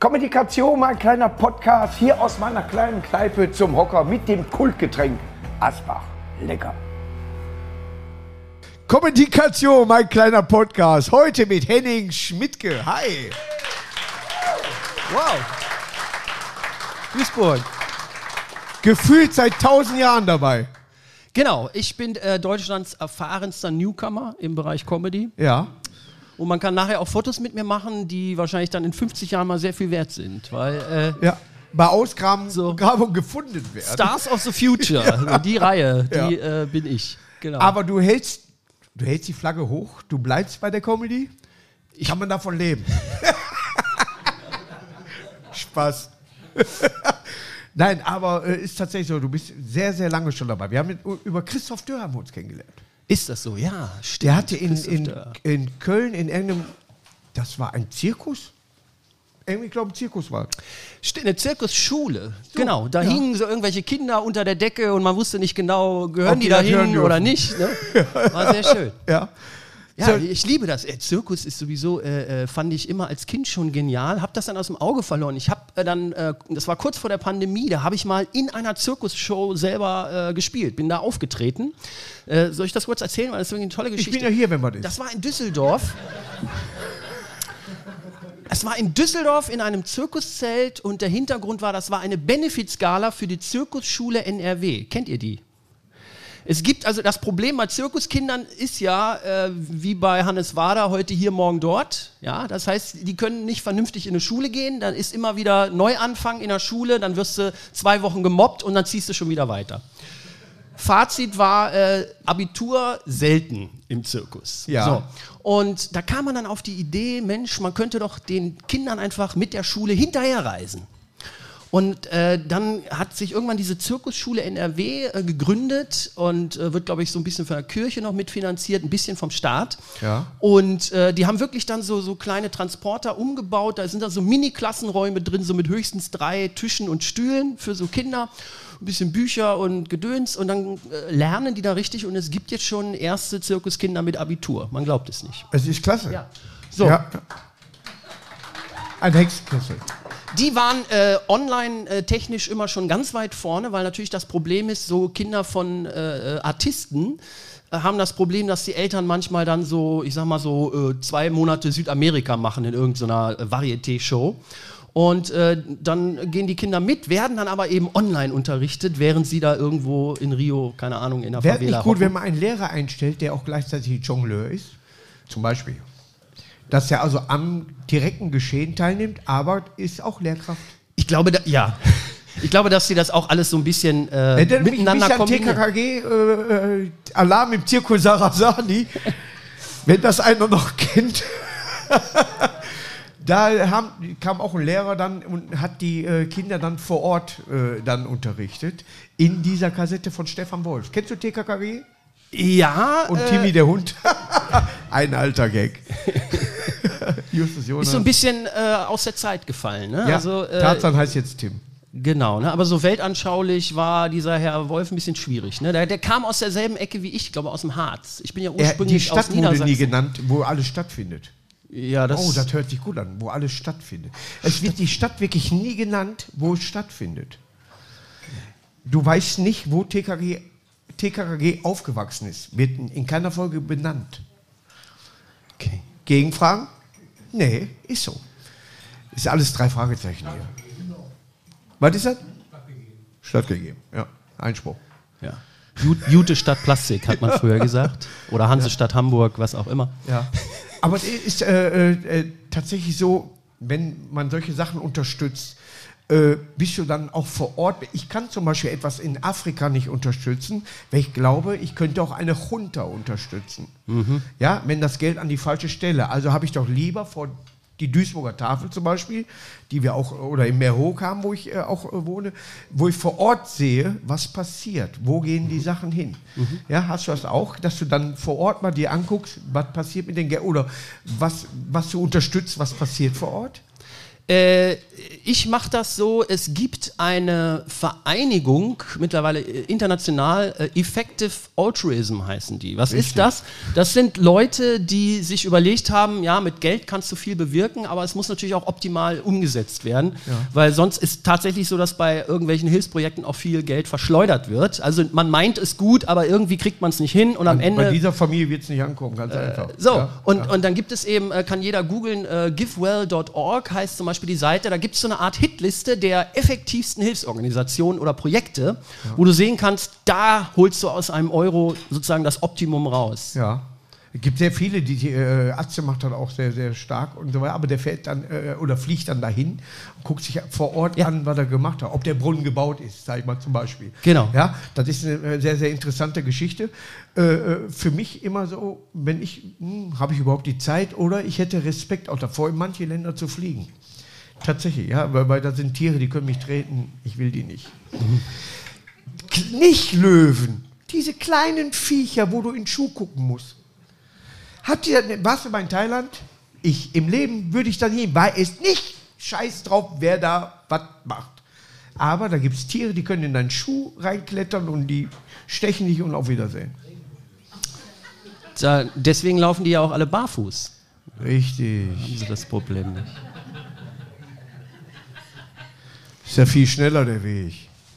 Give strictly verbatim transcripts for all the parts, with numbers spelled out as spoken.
Kommunikation, mein kleiner Podcast, hier aus meiner kleinen Kneipe zum Hocker mit dem Kultgetränk Asbach. Lecker. Kommunikation, mein kleiner Podcast. Heute mit Henning Schmidtke. Hi. Wow. Duisburg. Gefühlt seit tausend Jahren dabei. Genau, ich bin äh, Deutschlands erfahrenster Newcomer im Bereich Comedy. Ja. Und man kann nachher auch Fotos mit mir machen, die wahrscheinlich dann in fünfzig Jahren mal sehr viel wert sind. Weil, äh, ja. Bei Ausgrabung so gefunden werden. Stars of the Future, ja. Die Reihe, die ja. äh, bin ich. Genau. Aber du hältst, du hältst die Flagge hoch, du bleibst bei der Comedy? Ich Kann man davon leben? Spaß. Nein, aber äh, ist tatsächlich so, du bist sehr, sehr lange schon dabei. Wir haben mit, über Christoph Dörr haben wir uns kennengelernt. Ist das so? Ja, stimmt. Der hatte in, in, in Köln in irgendeinem, das war ein Zirkus? Irgendwie, ich glaube, ein Zirkus war es. Eine Zirkusschule, so, genau. Da ja. hingen so irgendwelche Kinder unter der Decke und man wusste nicht genau, gehören die, die da hin oder nicht. Ne? War sehr schön. Ja. Ja, so. Ich liebe das. Äh, Zirkus ist sowieso, äh, fand ich immer als Kind schon genial. Hab das dann aus dem Auge verloren. Ich habe äh, dann, äh, das war kurz vor der Pandemie, da habe ich mal in einer Zirkusshow selber äh, gespielt. Bin da aufgetreten. Äh, soll ich das kurz erzählen? Weil das ist wirklich eine tolle Geschichte. Ich bin ja hier, wenn man ist. Das war in Düsseldorf. Es war in Düsseldorf in einem Zirkuszelt und der Hintergrund war, das war eine Benefizgala für die Zirkusschule N R W. Kennt ihr die? Es gibt also das Problem bei Zirkuskindern ist ja, äh, wie bei Hannes Wader, heute hier, morgen dort. Ja, das heißt, die können nicht vernünftig in eine Schule gehen, dann ist immer wieder Neuanfang in der Schule, dann wirst du zwei Wochen gemobbt und dann ziehst du schon wieder weiter. Fazit war, äh, Abitur selten im Zirkus. Ja. So. Und da kam man dann auf die Idee, Mensch, man könnte doch den Kindern einfach mit der Schule hinterherreisen. Und äh, dann hat sich irgendwann diese Zirkusschule N R W äh, gegründet und äh, wird, glaube ich, so ein bisschen von der Kirche noch mitfinanziert, ein bisschen vom Staat. Ja. Und äh, die haben wirklich dann so, so kleine Transporter umgebaut. Da sind da so Mini-Klassenräume drin, so mit höchstens drei Tischen und Stühlen für so Kinder. Ein bisschen Bücher und Gedöns. Und dann äh, lernen die da richtig. Und es gibt jetzt schon erste Zirkuskinder mit Abitur. Man glaubt es nicht. Es ist klasse. Ja. So. Ja. Ein Hexenkessel. Die waren äh, online äh, technisch immer schon ganz weit vorne, weil natürlich das Problem ist, so Kinder von äh, Artisten äh, haben das Problem, dass die Eltern manchmal dann so, ich sag mal so, äh, zwei Monate Südamerika machen in irgendeiner äh, Varieté-Show. Und äh, dann gehen die Kinder mit, werden dann aber eben online unterrichtet, während sie da irgendwo in Rio, keine Ahnung, in der Wäre Favela nicht gut, hocken. wenn man einen Lehrer einstellt, der auch gleichzeitig Jongleur ist, zum Beispiel. Dass er also am direkten Geschehen teilnimmt, aber ist auch Lehrkraft. Ich glaube, da, ja. Ich glaube, dass sie das auch alles so ein bisschen äh, ja, dann miteinander ein bisschen kombinieren. T K K G, äh, äh, Alarm im Zirkus Sarasani, wenn das einer noch kennt. Da haben, kam auch ein Lehrer dann und hat die äh, Kinder dann vor Ort äh, dann unterrichtet. In dieser Kassette von Stefan Wolf. Kennst du T K K G? Ja. Und äh, Timmy der Hund. Ein alter Gag. Justus Jonas. Ist so ein bisschen äh, aus der Zeit gefallen. Ne? Ja, also, äh, Tarzan heißt jetzt Tim. Genau, ne? Aber so weltanschaulich war dieser Herr Wolf ein bisschen schwierig. Ne? Der, der kam aus derselben Ecke wie ich, ich glaube aus dem Harz. Ich bin ja Er, ursprünglich die aus Stadt wurde Niedersachsen. nie genannt, wo alles stattfindet. Ja, das Oh, das hört sich gut an, wo alles stattfindet. Es wird die Stadt wirklich nie genannt, wo es stattfindet. Du weißt nicht, wo T K G, T K K G aufgewachsen ist. Wird in keiner Folge benannt. Okay. Gegenfragen? Nee, ist so. Ist alles drei Fragezeichen hier. Was ist das? Stattgegeben. Stattgegeben, ja. Einspruch. Ja. Jute Stadt Plastik, hat man früher gesagt. Oder Hansestadt Hamburg, was auch immer. Ja. Aber es ist äh, äh, tatsächlich so, wenn man solche Sachen unterstützt, äh, bist du dann auch vor Ort. Ich kann zum Beispiel etwas in Afrika nicht unterstützen, weil ich glaube, ich könnte auch eine Junta unterstützen. Mhm. Ja, wenn das Geld an die falsche Stelle. Also habe ich doch lieber vor die Duisburger Tafel zum Beispiel, die wir auch, oder in Meerhoek haben, wo ich äh, auch äh, wohne, wo ich vor Ort sehe, was passiert, wo gehen die Sachen hin. Mhm. Ja, hast du das auch, dass du dann vor Ort mal dir anguckst, was passiert mit den Geld oder was, was du unterstützt, was passiert vor Ort? Äh, ich mache das so, es gibt eine Vereinigung, mittlerweile international, äh, Effective Altruism heißen die. Was Richtig. ist das? Das sind Leute, die sich überlegt haben, ja, mit Geld kannst du viel bewirken, aber es muss natürlich auch optimal umgesetzt werden, ja. weil sonst ist tatsächlich so, dass bei irgendwelchen Hilfsprojekten auch viel Geld verschleudert wird. Also man meint es gut, aber irgendwie kriegt man es nicht hin und am und Ende... Bei dieser Familie wird es nicht ankommen, ganz äh, einfach. So, ja, und, ja. und dann gibt es eben, äh, kann jeder googeln, äh, givewell Punkt org heißt zum Beispiel die Seite, da gibt es so eine Art Hitliste der effektivsten Hilfsorganisationen oder Projekte, ja. wo du sehen kannst, da holst du aus einem Euro sozusagen das Optimum raus. Ja. Es gibt sehr viele, die, die äh, Atze macht das auch sehr, sehr stark und so weiter, aber der fährt dann äh, oder fliegt dann dahin und guckt sich vor Ort ja. an, was er gemacht hat, ob der Brunnen gebaut ist, sag ich mal zum Beispiel. Genau. Ja, das ist eine sehr, sehr interessante Geschichte. Äh, für mich immer so, wenn ich, hm, habe ich überhaupt die Zeit oder ich hätte Respekt auch davor, in manche Länder zu fliegen. Tatsächlich, ja, weil, weil da sind Tiere, die können mich treten, ich will die nicht. Mhm. Nicht Löwen, diese kleinen Viecher, wo du in den Schuh gucken musst. Habt ihr, warst du mal in Thailand? Ich, im Leben würde ich dann hin, weil es nicht scheiß drauf, wer da was macht. Aber da gibt es Tiere, die können in deinen Schuh reinklettern und die stechen dich und auf Wiedersehen. Da, deswegen laufen die ja auch alle barfuß. Richtig. Haben sie das Problem nicht. Ist ja viel schneller der Weg.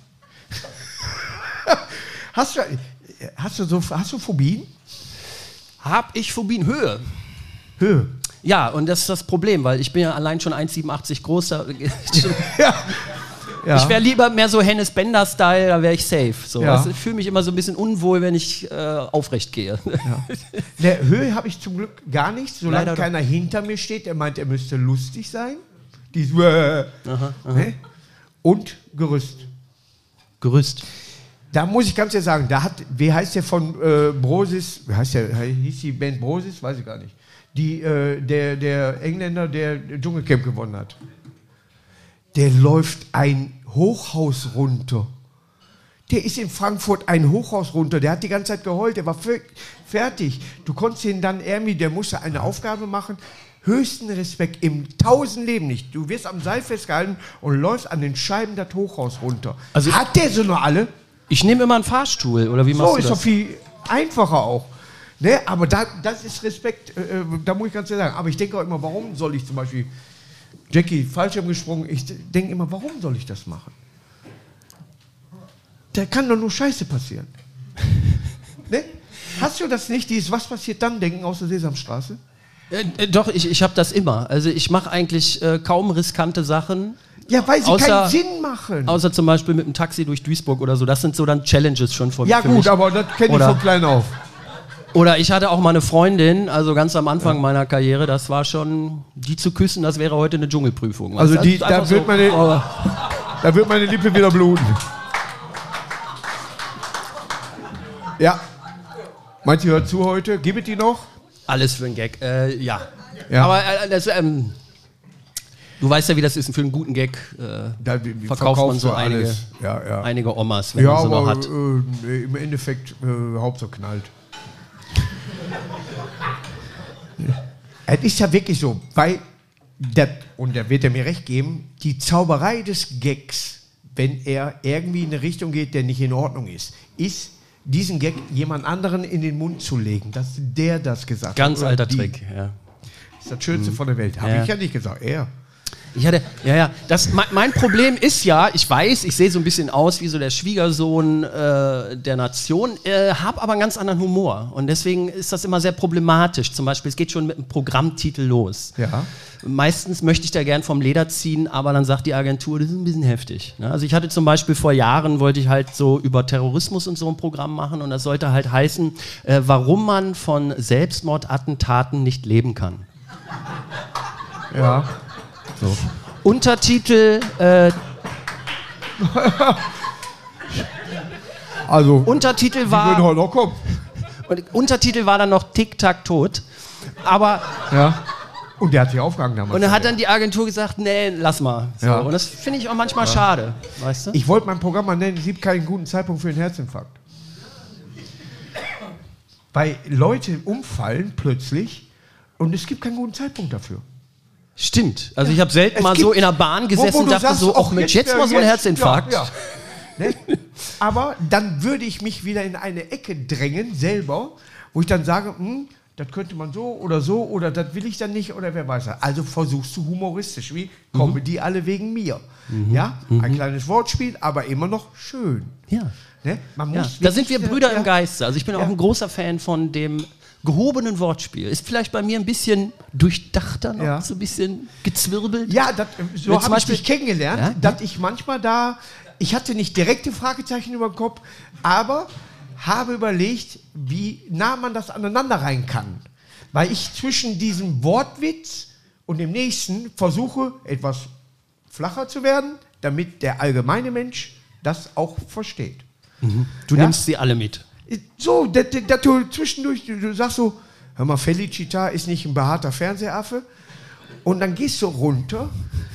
hast, du, hast, du so, hast du Phobien? Hab ich Phobien? Höhe. Höhe? Ja, und das ist das Problem, weil ich bin ja allein schon eins Komma siebenundachtzig groß. Da, ja. Ja. Ich wäre lieber mehr so Hennes Bender-Style, da wäre ich safe. So. Ja. Also ich fühle mich immer so ein bisschen unwohl, wenn ich äh, aufrecht gehe. Ja. Der Höhe habe ich zum Glück gar nicht, solange Leider keiner doch. hinter mir steht, der meint, er müsste lustig sein. Dies, äh, aha, aha. Ne? Und Gerüst. Gerüst. Da muss ich ganz ehrlich sagen, da hat, wie heißt der von äh, Brosis, wie heißt der, hieß die Band Brosis? Weiß ich gar nicht. Die, äh, der, der Engländer, der Dschungelcamp gewonnen hat. Der läuft ein Hochhaus runter. Der ist in Frankfurt ein Hochhaus runter. Der hat die ganze Zeit geheult. Der war fertig. Du konntest ihn dann irgendwie, der musste eine Aufgabe machen. Höchsten Respekt, im tausend Leben nicht. Du wirst am Seil festgehalten und läufst an den Scheiben das Hochhaus runter. Also hat der so noch alle? Ich nehme immer einen Fahrstuhl, oder wie machst so, du das? So, ist doch viel einfacher auch. Ne? Aber da, das ist Respekt, äh, da muss ich ganz ehrlich sagen. Aber ich denke auch immer, warum soll ich zum Beispiel, Jackie, Fallschirm gesprungen, ich denke immer, warum soll ich das machen? Da kann doch nur Scheiße passieren. Ne? Hast du das nicht, dieses Was passiert dann denken aus der Sesamstraße? Äh, äh, doch, ich, ich habe das immer. Also ich mache eigentlich äh, kaum riskante Sachen. Ja, weil sie außer, keinen Sinn machen. Außer zum Beispiel mit dem Taxi durch Duisburg oder so. Das sind so dann Challenges schon von Ja für gut, mich. aber das kenne ich von klein auf. Oder ich hatte auch mal eine Freundin, also ganz am Anfang ja. meiner Karriere, das war schon, die zu küssen, das wäre heute eine Dschungelprüfung. Also die, da, wird so, meine, da wird meine Lippe wieder bluten. Ja. Meint ihr, hört zu heute? Gib es die noch? Alles für einen Gag, äh, ja. ja. Aber äh, das, ähm, du weißt ja, wie das ist, für einen guten Gag äh, da, wie, wie verkauft man so einige, ja, ja. einige Omas, wenn ja, man so aber, noch hat. Äh, im Endeffekt, äh, Hauptsache knallt. Es ist ja wirklich so, weil, das, und da wird er mir recht geben, die Zauberei des Gags, wenn er irgendwie in eine Richtung geht, der nicht in Ordnung ist, ist, diesen Gag jemand anderen in den Mund zu legen, dass der das gesagt hat. Ganz alter die. Trick, ja. Das ist das Schönste mhm. von der Welt. Habe ja. ich ja nicht gesagt, er. Ich hatte, ja, ja. Das, mein, mein Problem ist ja, ich weiß, ich sehe so ein bisschen aus wie so der Schwiegersohn äh, der Nation, äh, habe aber einen ganz anderen Humor. Und deswegen ist das immer sehr problematisch. Zum Beispiel, es geht schon mit einem Programmtitel los. Ja. Meistens möchte ich da gern vom Leder ziehen, aber dann sagt die Agentur, das ist ein bisschen heftig. Ne? Also ich hatte zum Beispiel vor Jahren, wollte ich halt so über Terrorismus und so ein Programm machen und das sollte halt heißen, äh, warum man von Selbstmordattentaten nicht leben kann. Ja. So. Untertitel äh, also Untertitel war heute noch kommen. und Untertitel war dann noch Tick-Tack-Tot, aber ja. Und der hat sich aufgehangen damals. und dann hat dann die Agentur gesagt, nee, lass mal. So. Ja. Und das finde ich auch manchmal ja. schade, weißt du? Ich wollte mein Programm mal nennen, es gibt keinen guten Zeitpunkt für einen Herzinfarkt. Weil Leute umfallen plötzlich und es gibt keinen guten Zeitpunkt dafür. Stimmt. Also ich habe selten Es mal gibt- so in der Bahn gesessen wo- wo und du dachte sagst, so, ach, ach Mensch, jetzt, jetzt mal so äh, ein jetzt- Herzinfarkt. Ja, ja. Ne? Aber dann würde ich mich wieder in eine Ecke drängen, selber, wo ich dann sage, hm, das könnte man so oder so oder das will ich dann nicht oder wer weiß. Also versuchst du humoristisch, wie Comedy alle wegen mir. Ja, ein kleines Wortspiel, aber immer noch schön. Ja. Ne? Man Ja, muss da sind wir wirklich, Brüder ja, im Geiste. Also ich bin auch Ja. ein großer Fan von dem gehobenen Wortspiel. Ist vielleicht bei mir ein bisschen durchdachter noch, Ja. so ein bisschen gezwirbelt. Ja, das, so Wenn zum habe ich Beispiel- dich kennengelernt, Ja? dass ich manchmal da, ich hatte nicht direkte Fragezeichen über den Kopf, aber habe überlegt, wie nah man das aneinander rein kann. Weil ich zwischen diesem Wortwitz und dem nächsten versuche, etwas flacher zu werden, damit der allgemeine Mensch das auch versteht. Du Ja? nimmst sie alle mit. So, dass dass du zwischendurch, du, du sagst so, hör mal, Felicita ist nicht ein behaarter Fernsehaffe. Und dann gehst du runter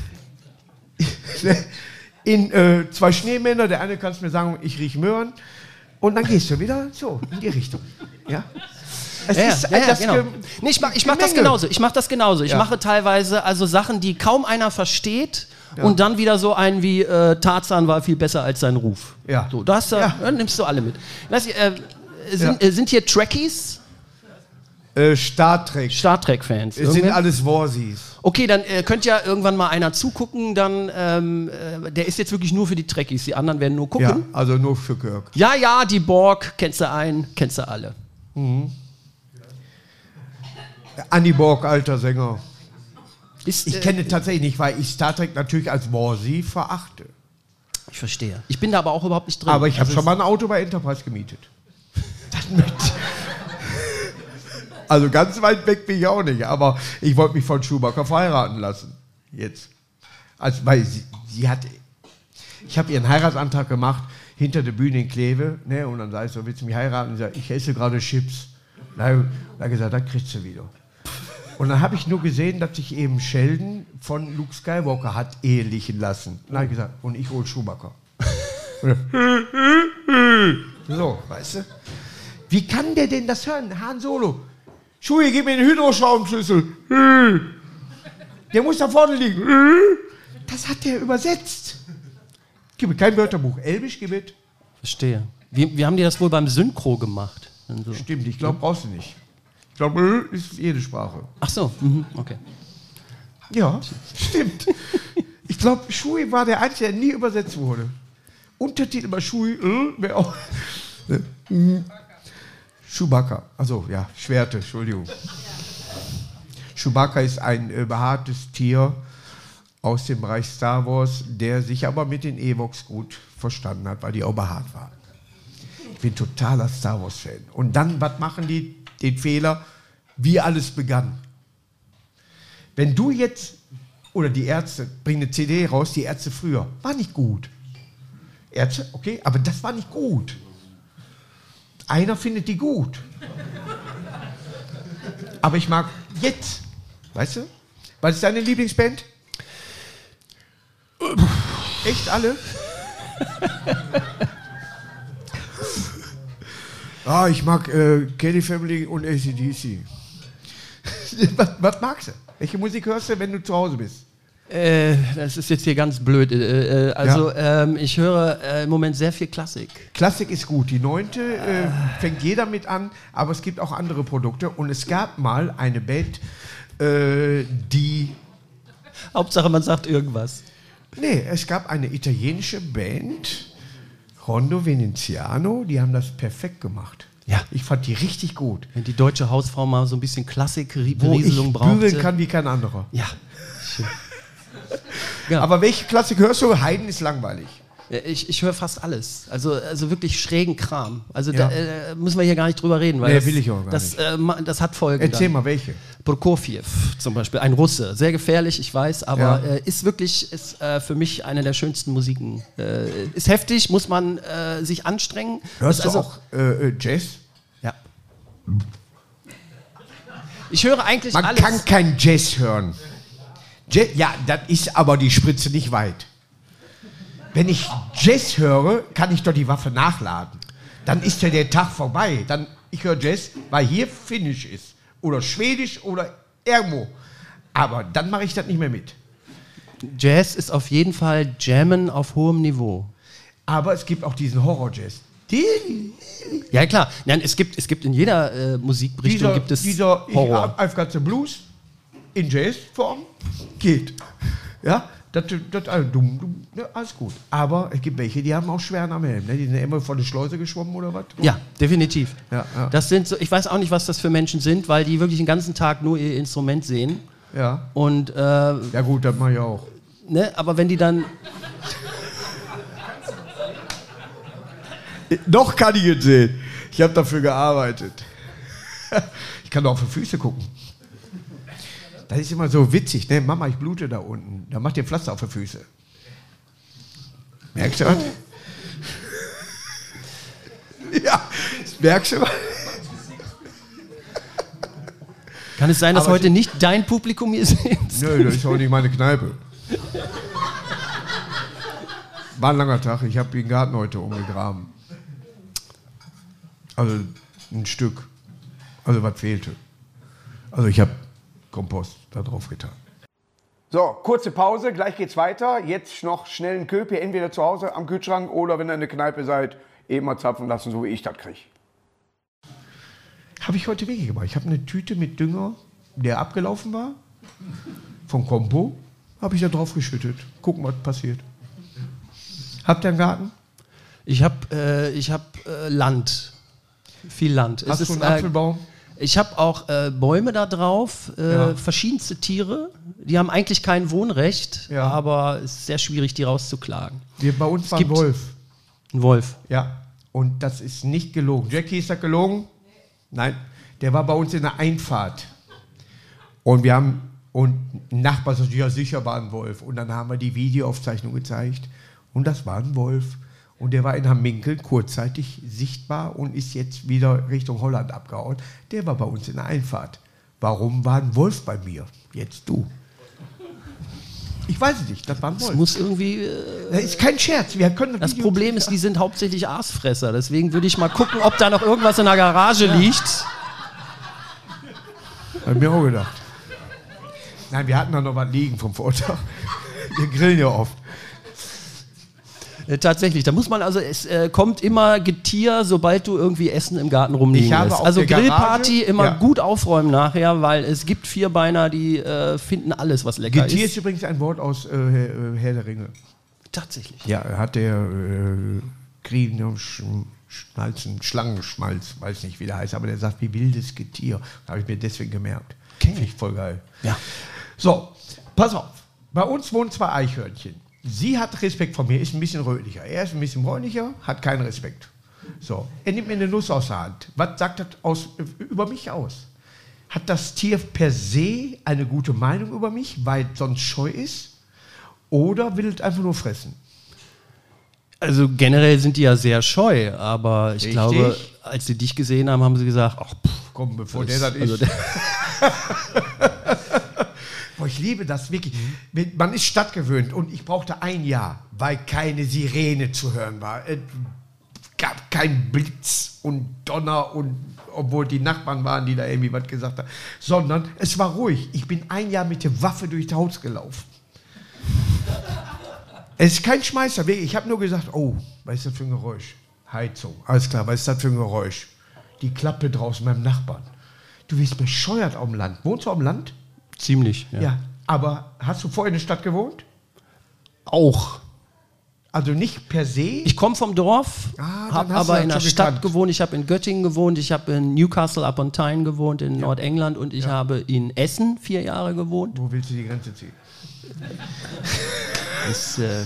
in äh, zwei Schneemänner, der eine kannst mir sagen, ich riech Möhren. Und dann gehst du wieder so in die Richtung. Ja? Es Ja, ist ja, ja, das genau. Ge- Nee, ich mach, ich mach das Gemenge. genauso. Ich mache das genauso. Ich Ja. mache teilweise also Sachen, die kaum einer versteht. Und dann wieder so einen wie äh, Tarzan war viel besser als sein Ruf. Ja. So, da hast du, Ja. ja, nimmst du alle mit. Lass, äh, sind, äh, sind hier Trekkies? Äh, Star Trek. Star Trek-Fans? Es sind Irgendwer? alles Warsies. Okay, dann äh, könnt ja irgendwann mal einer zugucken, dann, ähm, äh, der ist jetzt wirklich nur für die Trekkies, die anderen werden nur Ja, gucken. also nur für Kirk. Ja, ja, die Borg, kennst du einen, kennst du alle. Annie Borg, alter Sänger. Ist, Ich äh, kenne tatsächlich nicht, weil ich Star Trek natürlich als Warsie verachte. ich verstehe. Ich bin da aber auch überhaupt nicht drin. Aber ich habe Also schon mal ein Auto bei Enterprise gemietet. Das möchte ich- Also ganz weit weg bin ich auch nicht, aber ich wollte mich von Schumacher verheiraten lassen. Jetzt. Also, weil sie, sie hat, ich habe ihren Heiratsantrag gemacht, hinter der Bühne in Kleve, ne, und dann sage ich so, willst du mich heiraten? Und sie sagt, ich esse gerade Chips. Da habe ich gesagt, das kriegst du wieder. Und dann habe ich nur gesehen, dass sich eben Sheldon von Luke Skywalker hat ehelichen lassen. Und dann habe ich gesagt, und ich hole Schumacher. So, weißt du? Wie kann der denn das hören? Han Solo. Schui, gib mir den Hydroschraubenschlüssel. Der muss da vorne liegen. Das hat der übersetzt. Gib mir kein Wörterbuch. Elbisch, gib mit. Verstehe. Wie, wie haben die das wohl beim Synchro gemacht? Dann so. Stimmt, ich glaube, brauchst du nicht. Ich glaube, ist jede Sprache. Ach so, mhm, okay. Ja, stimmt. Ich glaube, Schui war der Einzige, der nie übersetzt wurde. Untertitel bei Schui, äh, wäre auch. Ne? Mhm. Chewbacca. Also ja, Schwerte, Entschuldigung. Chewbacca ist ein äh, behaartes Tier aus dem Bereich Star Wars, der sich aber mit den Ewoks gut verstanden hat, weil die auch behaart waren. Ich bin totaler Star Wars-Fan. Und dann, was machen die? Den Fehler, wie alles begann. Wenn du jetzt, oder die Ärzte, bringen eine C D raus, die Ärzte früher, war nicht gut. Ärzte, okay, aber das war nicht gut. Einer findet die gut. Aber ich mag jetzt, weißt du? Was ist deine Lieblingsband? Echt alle? Ah, ich mag äh, Kelly Family und A C D C. was, was magst du? Welche Musik hörst du, wenn du zu Hause bist? Äh, das ist jetzt hier ganz blöd. Äh, äh, also ähm, ich höre äh, im Moment sehr viel Klassik. Klassik ist gut. Die neunte äh, fängt jeder mit an, aber es gibt auch andere Produkte. Und es gab mal eine Band, äh, die... Hauptsache man sagt irgendwas. Nee, es gab eine italienische Band, Rondo Veneziano, die haben das perfekt gemacht. Ja. Ich fand die richtig gut. Wenn die deutsche Hausfrau mal so ein bisschen Wo ich Klassik-Berieselung brauchte. bügeln kann wie kein anderer. Ja. Ja. Aber welche Klassik hörst du? Haydn ist langweilig. Ich, ich höre fast alles. Also, also wirklich schrägen Kram. Also Ja. da äh, müssen wir hier gar nicht drüber reden. Weil Nee, das, will ich auch gar das, nicht. äh, ma- das hat Folgen. Erzähl dann. mal, welche. Prokofjew zum Beispiel, ein Russe. Sehr gefährlich, ich weiß, aber Ja. äh, ist wirklich ist, äh, für mich eine der schönsten Musiken. Äh, ist heftig, muss man äh, sich anstrengen. Hörst Ist du also, auch äh, äh, Jazz? Ja. Ich höre eigentlich Man alles. kann kein Jazz hören. Jazz, ja, das ist aber die Spritze nicht weit. Wenn ich Jazz höre, kann ich doch die Waffe nachladen. Dann ist ja der Tag vorbei. Dann, ich höre Jazz, weil hier Finnisch ist. Oder Schwedisch oder Ermo. Aber dann mache ich das nicht mehr mit. Jazz ist auf jeden Fall Jammen auf hohem Niveau. Aber es gibt auch diesen Horror-Jazz. Die, Ja, klar. Nein, es gibt, es gibt in jeder äh, Musikrichtung dieser, gibt es dieser Horror. I've got the Blues in Jazzform geht. Ja, das, das, also, dumm, dumm, ja, alles gut. Aber es gibt welche, die haben auch schweren am Helm. Ne? Die sind ja immer vor der Schleuse geschwommen oder was? Ja, definitiv. Ja, ja. Das sind so, ich weiß auch nicht, was das für Menschen sind, weil die wirklich den ganzen Tag nur ihr Instrument sehen. Ja. Und, äh, Ja gut, das mache ich auch. ne, aber wenn die dann. Noch kann ich es sehen. Ich habe dafür gearbeitet. Ich kann doch auf die Füße gucken. Das ist immer so witzig, ne? Mama, ich blute da unten. Da macht ihr Pflaster auf die Füße. Merkst du was? Ja, merkst du was? Kann es sein, dass Aber heute nicht dein Publikum hier sitzt? Nö, das ist auch nicht meine Kneipe. War ein langer Tag. Ich habe den Garten heute umgegraben. Also ein Stück. Also was fehlte. Also ich habe Kompost da drauf getan. So, kurze Pause, gleich geht's weiter. Jetzt noch schnell einen Köpi, entweder zu Hause am Kühlschrank oder wenn ihr in der Kneipe seid, eben mal zapfen lassen, so wie ich das kriege. Habe ich heute weggemacht. Ich habe eine Tüte mit Dünger, der abgelaufen war, vom Kompo, habe ich da drauf geschüttet. Gucken, was passiert. Habt ihr einen Garten? Ich habe äh, ich hab, äh, Land. Viel Land. Hast es du ist, einen äh, Apfelbaum? Ich habe auch äh, Bäume da drauf, äh, Ja. verschiedenste Tiere. Die haben eigentlich kein Wohnrecht, Ja. aber es ist sehr schwierig, die rauszuklagen. Wir, bei uns Es war ein gibt- Wolf. Ein Wolf. Ja, und das ist nicht gelogen. Jackie, ist das gelogen? Nein, der war bei uns in der Einfahrt. Und wir haben, und ein Nachbar sagte, ja sicher war ein Wolf. Und dann haben wir die Videoaufzeichnung gezeigt. Und das war ein Wolf. Und der war in Hamminkeln kurzzeitig sichtbar und ist jetzt wieder Richtung Holland abgehauen. Der war bei uns in der Einfahrt. Warum war ein Wolf bei mir? Jetzt du. Ich weiß es nicht, das war ein Es Wolf. muss irgendwie. Äh, Das ist kein Scherz. Wir können das Video- Problem ist, die sind hauptsächlich Aasfresser. Deswegen würde ich mal gucken, ob da noch irgendwas in der Garage liegt. Hab ich mir auch gedacht. Nein, wir hatten da noch was liegen vom Vortag. Wir grillen ja oft. Äh, tatsächlich, da muss man also, es äh, kommt immer Getier, sobald du irgendwie Essen im Garten rumliegen Ich habe lässt. auf Also der Grillparty Garage- immer ja. gut aufräumen nachher, weil es gibt Vierbeiner, die äh, finden alles, was lecker Getier ist. ist übrigens ein Wort aus äh, Herr, Herr der Ringe. Tatsächlich. Ja, hat der äh, Kriegen, Sch Schnalzen, Schlangenschmalz, weiß nicht, wie der heißt, aber der sagt, wie wildes Getier. Habe ich mir deswegen gemerkt. Okay. Finde ich voll geil. Ja. So, pass auf. Bei uns wohnen zwei Eichhörnchen. Sie hat Respekt vor mir, ist ein bisschen rötlicher. Er ist ein bisschen bräunlicher, hat keinen Respekt. So, er nimmt mir eine Nuss aus der Hand. Was sagt das aus, über mich aus? Hat das Tier per se eine gute Meinung über mich, weil es sonst scheu ist? Oder will es einfach nur fressen? Also generell sind die ja sehr scheu, aber ich Richtig. glaube, als sie dich gesehen haben, haben sie gesagt, ach, pff, Komm, bevor das- der das also ist. der- Boah, ich liebe das wirklich. Man ist stadtgewöhnt und ich brauchte ein Jahr, weil keine Sirene zu hören war. Es gab keinen Blitz und Donner und obwohl die Nachbarn waren, die da irgendwie was gesagt haben, sondern es war ruhig. Ich bin ein Jahr mit der Waffe durchs Haus gelaufen. Es ist kein Schmeißer. wirklich. Ich habe nur gesagt, oh, was ist das für ein Geräusch? Heizung. Alles klar, was ist das für ein Geräusch? Die Klappe draußen beim Nachbarn. Du wirst bescheuert auf dem Land. Wohnst du auf dem Land? ziemlich. Ja. Ja, aber hast du vorher in der Stadt gewohnt? Auch. Also nicht per se? Ich komme vom Dorf, Ah, dann habe hast du aber das in der schon Stadt gekannt. gewohnt. Ich habe in Göttingen gewohnt, ich habe in Newcastle upon Tyne gewohnt, in Nordengland und ich habe in Essen vier Jahre gewohnt. Wo willst du die Grenze ziehen? Das, äh,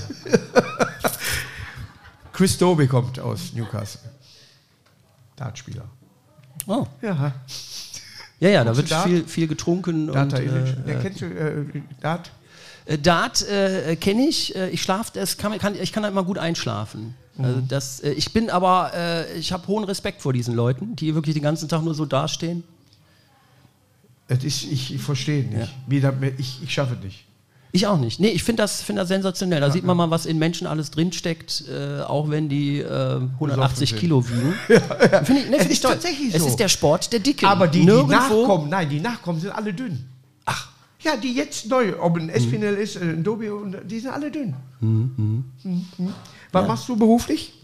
Chris Dobie kommt aus Newcastle. Dartspieler. oh. Ja, Ja, ja, da Guckst wird du Dart? viel, viel getrunken. Data und, Illich. äh, Der kennst du äh, Dart? Äh, Dart äh, kenne ich. Äh, ich schlafe, das kann, kann, ich kann da immer gut einschlafen. Mhm. Also das, äh, ich bin aber, äh, ich habe hohen Respekt vor diesen Leuten, die wirklich den ganzen Tag nur so dastehen. Das ist, ich, ich verstehe nicht. Ja. Wie das, ich ich schaffe es nicht. Ich auch nicht. Nee, ich finde das, find das sensationell. Da sieht man mal, was in Menschen alles drinsteckt, äh, auch wenn die äh, hundertachtzig sind. Kilo wiegen. ja. Finde ich, nee, Es find ich ist toll. tatsächlich Es so. ist der Sport der Dicken. Aber die, die Nirgendwo- nachkommen, nein, die nachkommen, sind alle dünn. Ach. Ja, die jetzt neu, ob ein Espinel ist, ein Dobi, die sind alle dünn. Mhm. Mhm. Was ja. machst du beruflich?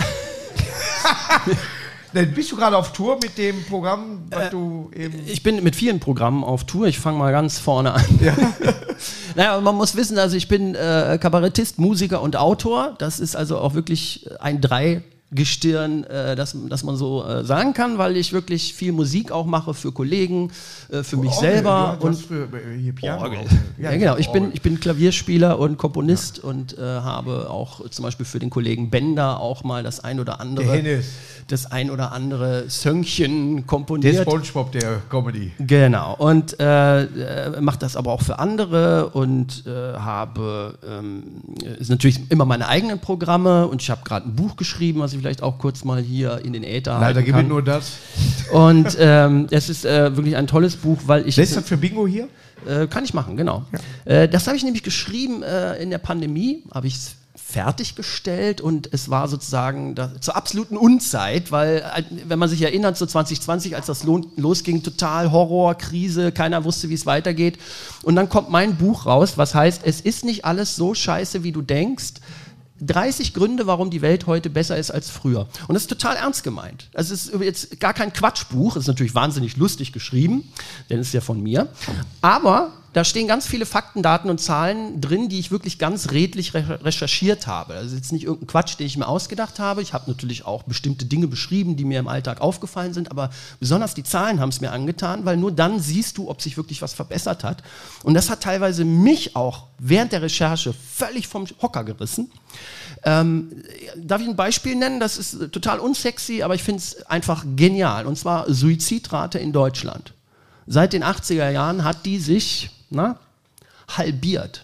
Dann bist du gerade auf Tour mit dem Programm, was äh, du eben... Ich bin mit vielen Programmen auf Tour. Ich fange mal ganz vorne an. Ja. Naja, man muss wissen, also ich bin äh, Kabarettist, Musiker und Autor. Das ist also auch wirklich ein Dreigestirn, äh, das, das man so äh, sagen kann, weil ich wirklich viel Musik auch mache für Kollegen, äh, für oh, mich Orgel, selber. Du hast und für, hier Piano Orgel. Ja, ja, genau. Ich bin, ich bin Klavierspieler und Komponist ja. und äh, habe auch zum Beispiel für den Kollegen Bender auch mal das ein oder andere... das ein oder andere Söngchen komponiert. Der SpongeBob der Comedy. Genau. Und äh, äh, mache das aber auch für andere und äh, habe ähm, ist natürlich immer meine eigenen Programme und ich habe gerade ein Buch geschrieben, was ich vielleicht auch kurz mal hier in den Äther Leider gebe ich nur das. Und ähm, es ist äh, wirklich ein tolles Buch, weil ich... Lässt das für Bingo hier? Äh, kann ich machen, genau. Ja. Äh, das habe ich nämlich geschrieben äh, in der Pandemie, habe ich es fertiggestellt und es war sozusagen da, zur absoluten Unzeit, weil, wenn man sich erinnert, so zwanzig zwanzig, als das lo- losging, total Horror, Krise, keiner wusste, wie es weitergeht. Und dann kommt mein Buch raus, was heißt, es ist nicht alles so scheiße, wie du denkst. dreißig Gründe, warum die Welt heute besser ist als früher. Und das ist total ernst gemeint. Also es ist jetzt gar kein Quatschbuch, es ist natürlich wahnsinnig lustig geschrieben, denn es ist ja von mir. Aber da stehen ganz viele Fakten, Daten und Zahlen drin, die ich wirklich ganz redlich re- recherchiert habe. Das ist jetzt nicht irgendein Quatsch, den ich mir ausgedacht habe. Ich habe natürlich auch bestimmte Dinge beschrieben, die mir im Alltag aufgefallen sind, aber besonders die Zahlen haben es mir angetan, weil nur dann siehst du, ob sich wirklich was verbessert hat. Und das hat teilweise mich auch während der Recherche völlig vom Hocker gerissen. Ähm, darf ich ein Beispiel nennen? Das ist total unsexy, aber ich finde es einfach genial. Und zwar Suizidrate in Deutschland. Seit den achtziger Jahren hat die sich na, halbiert.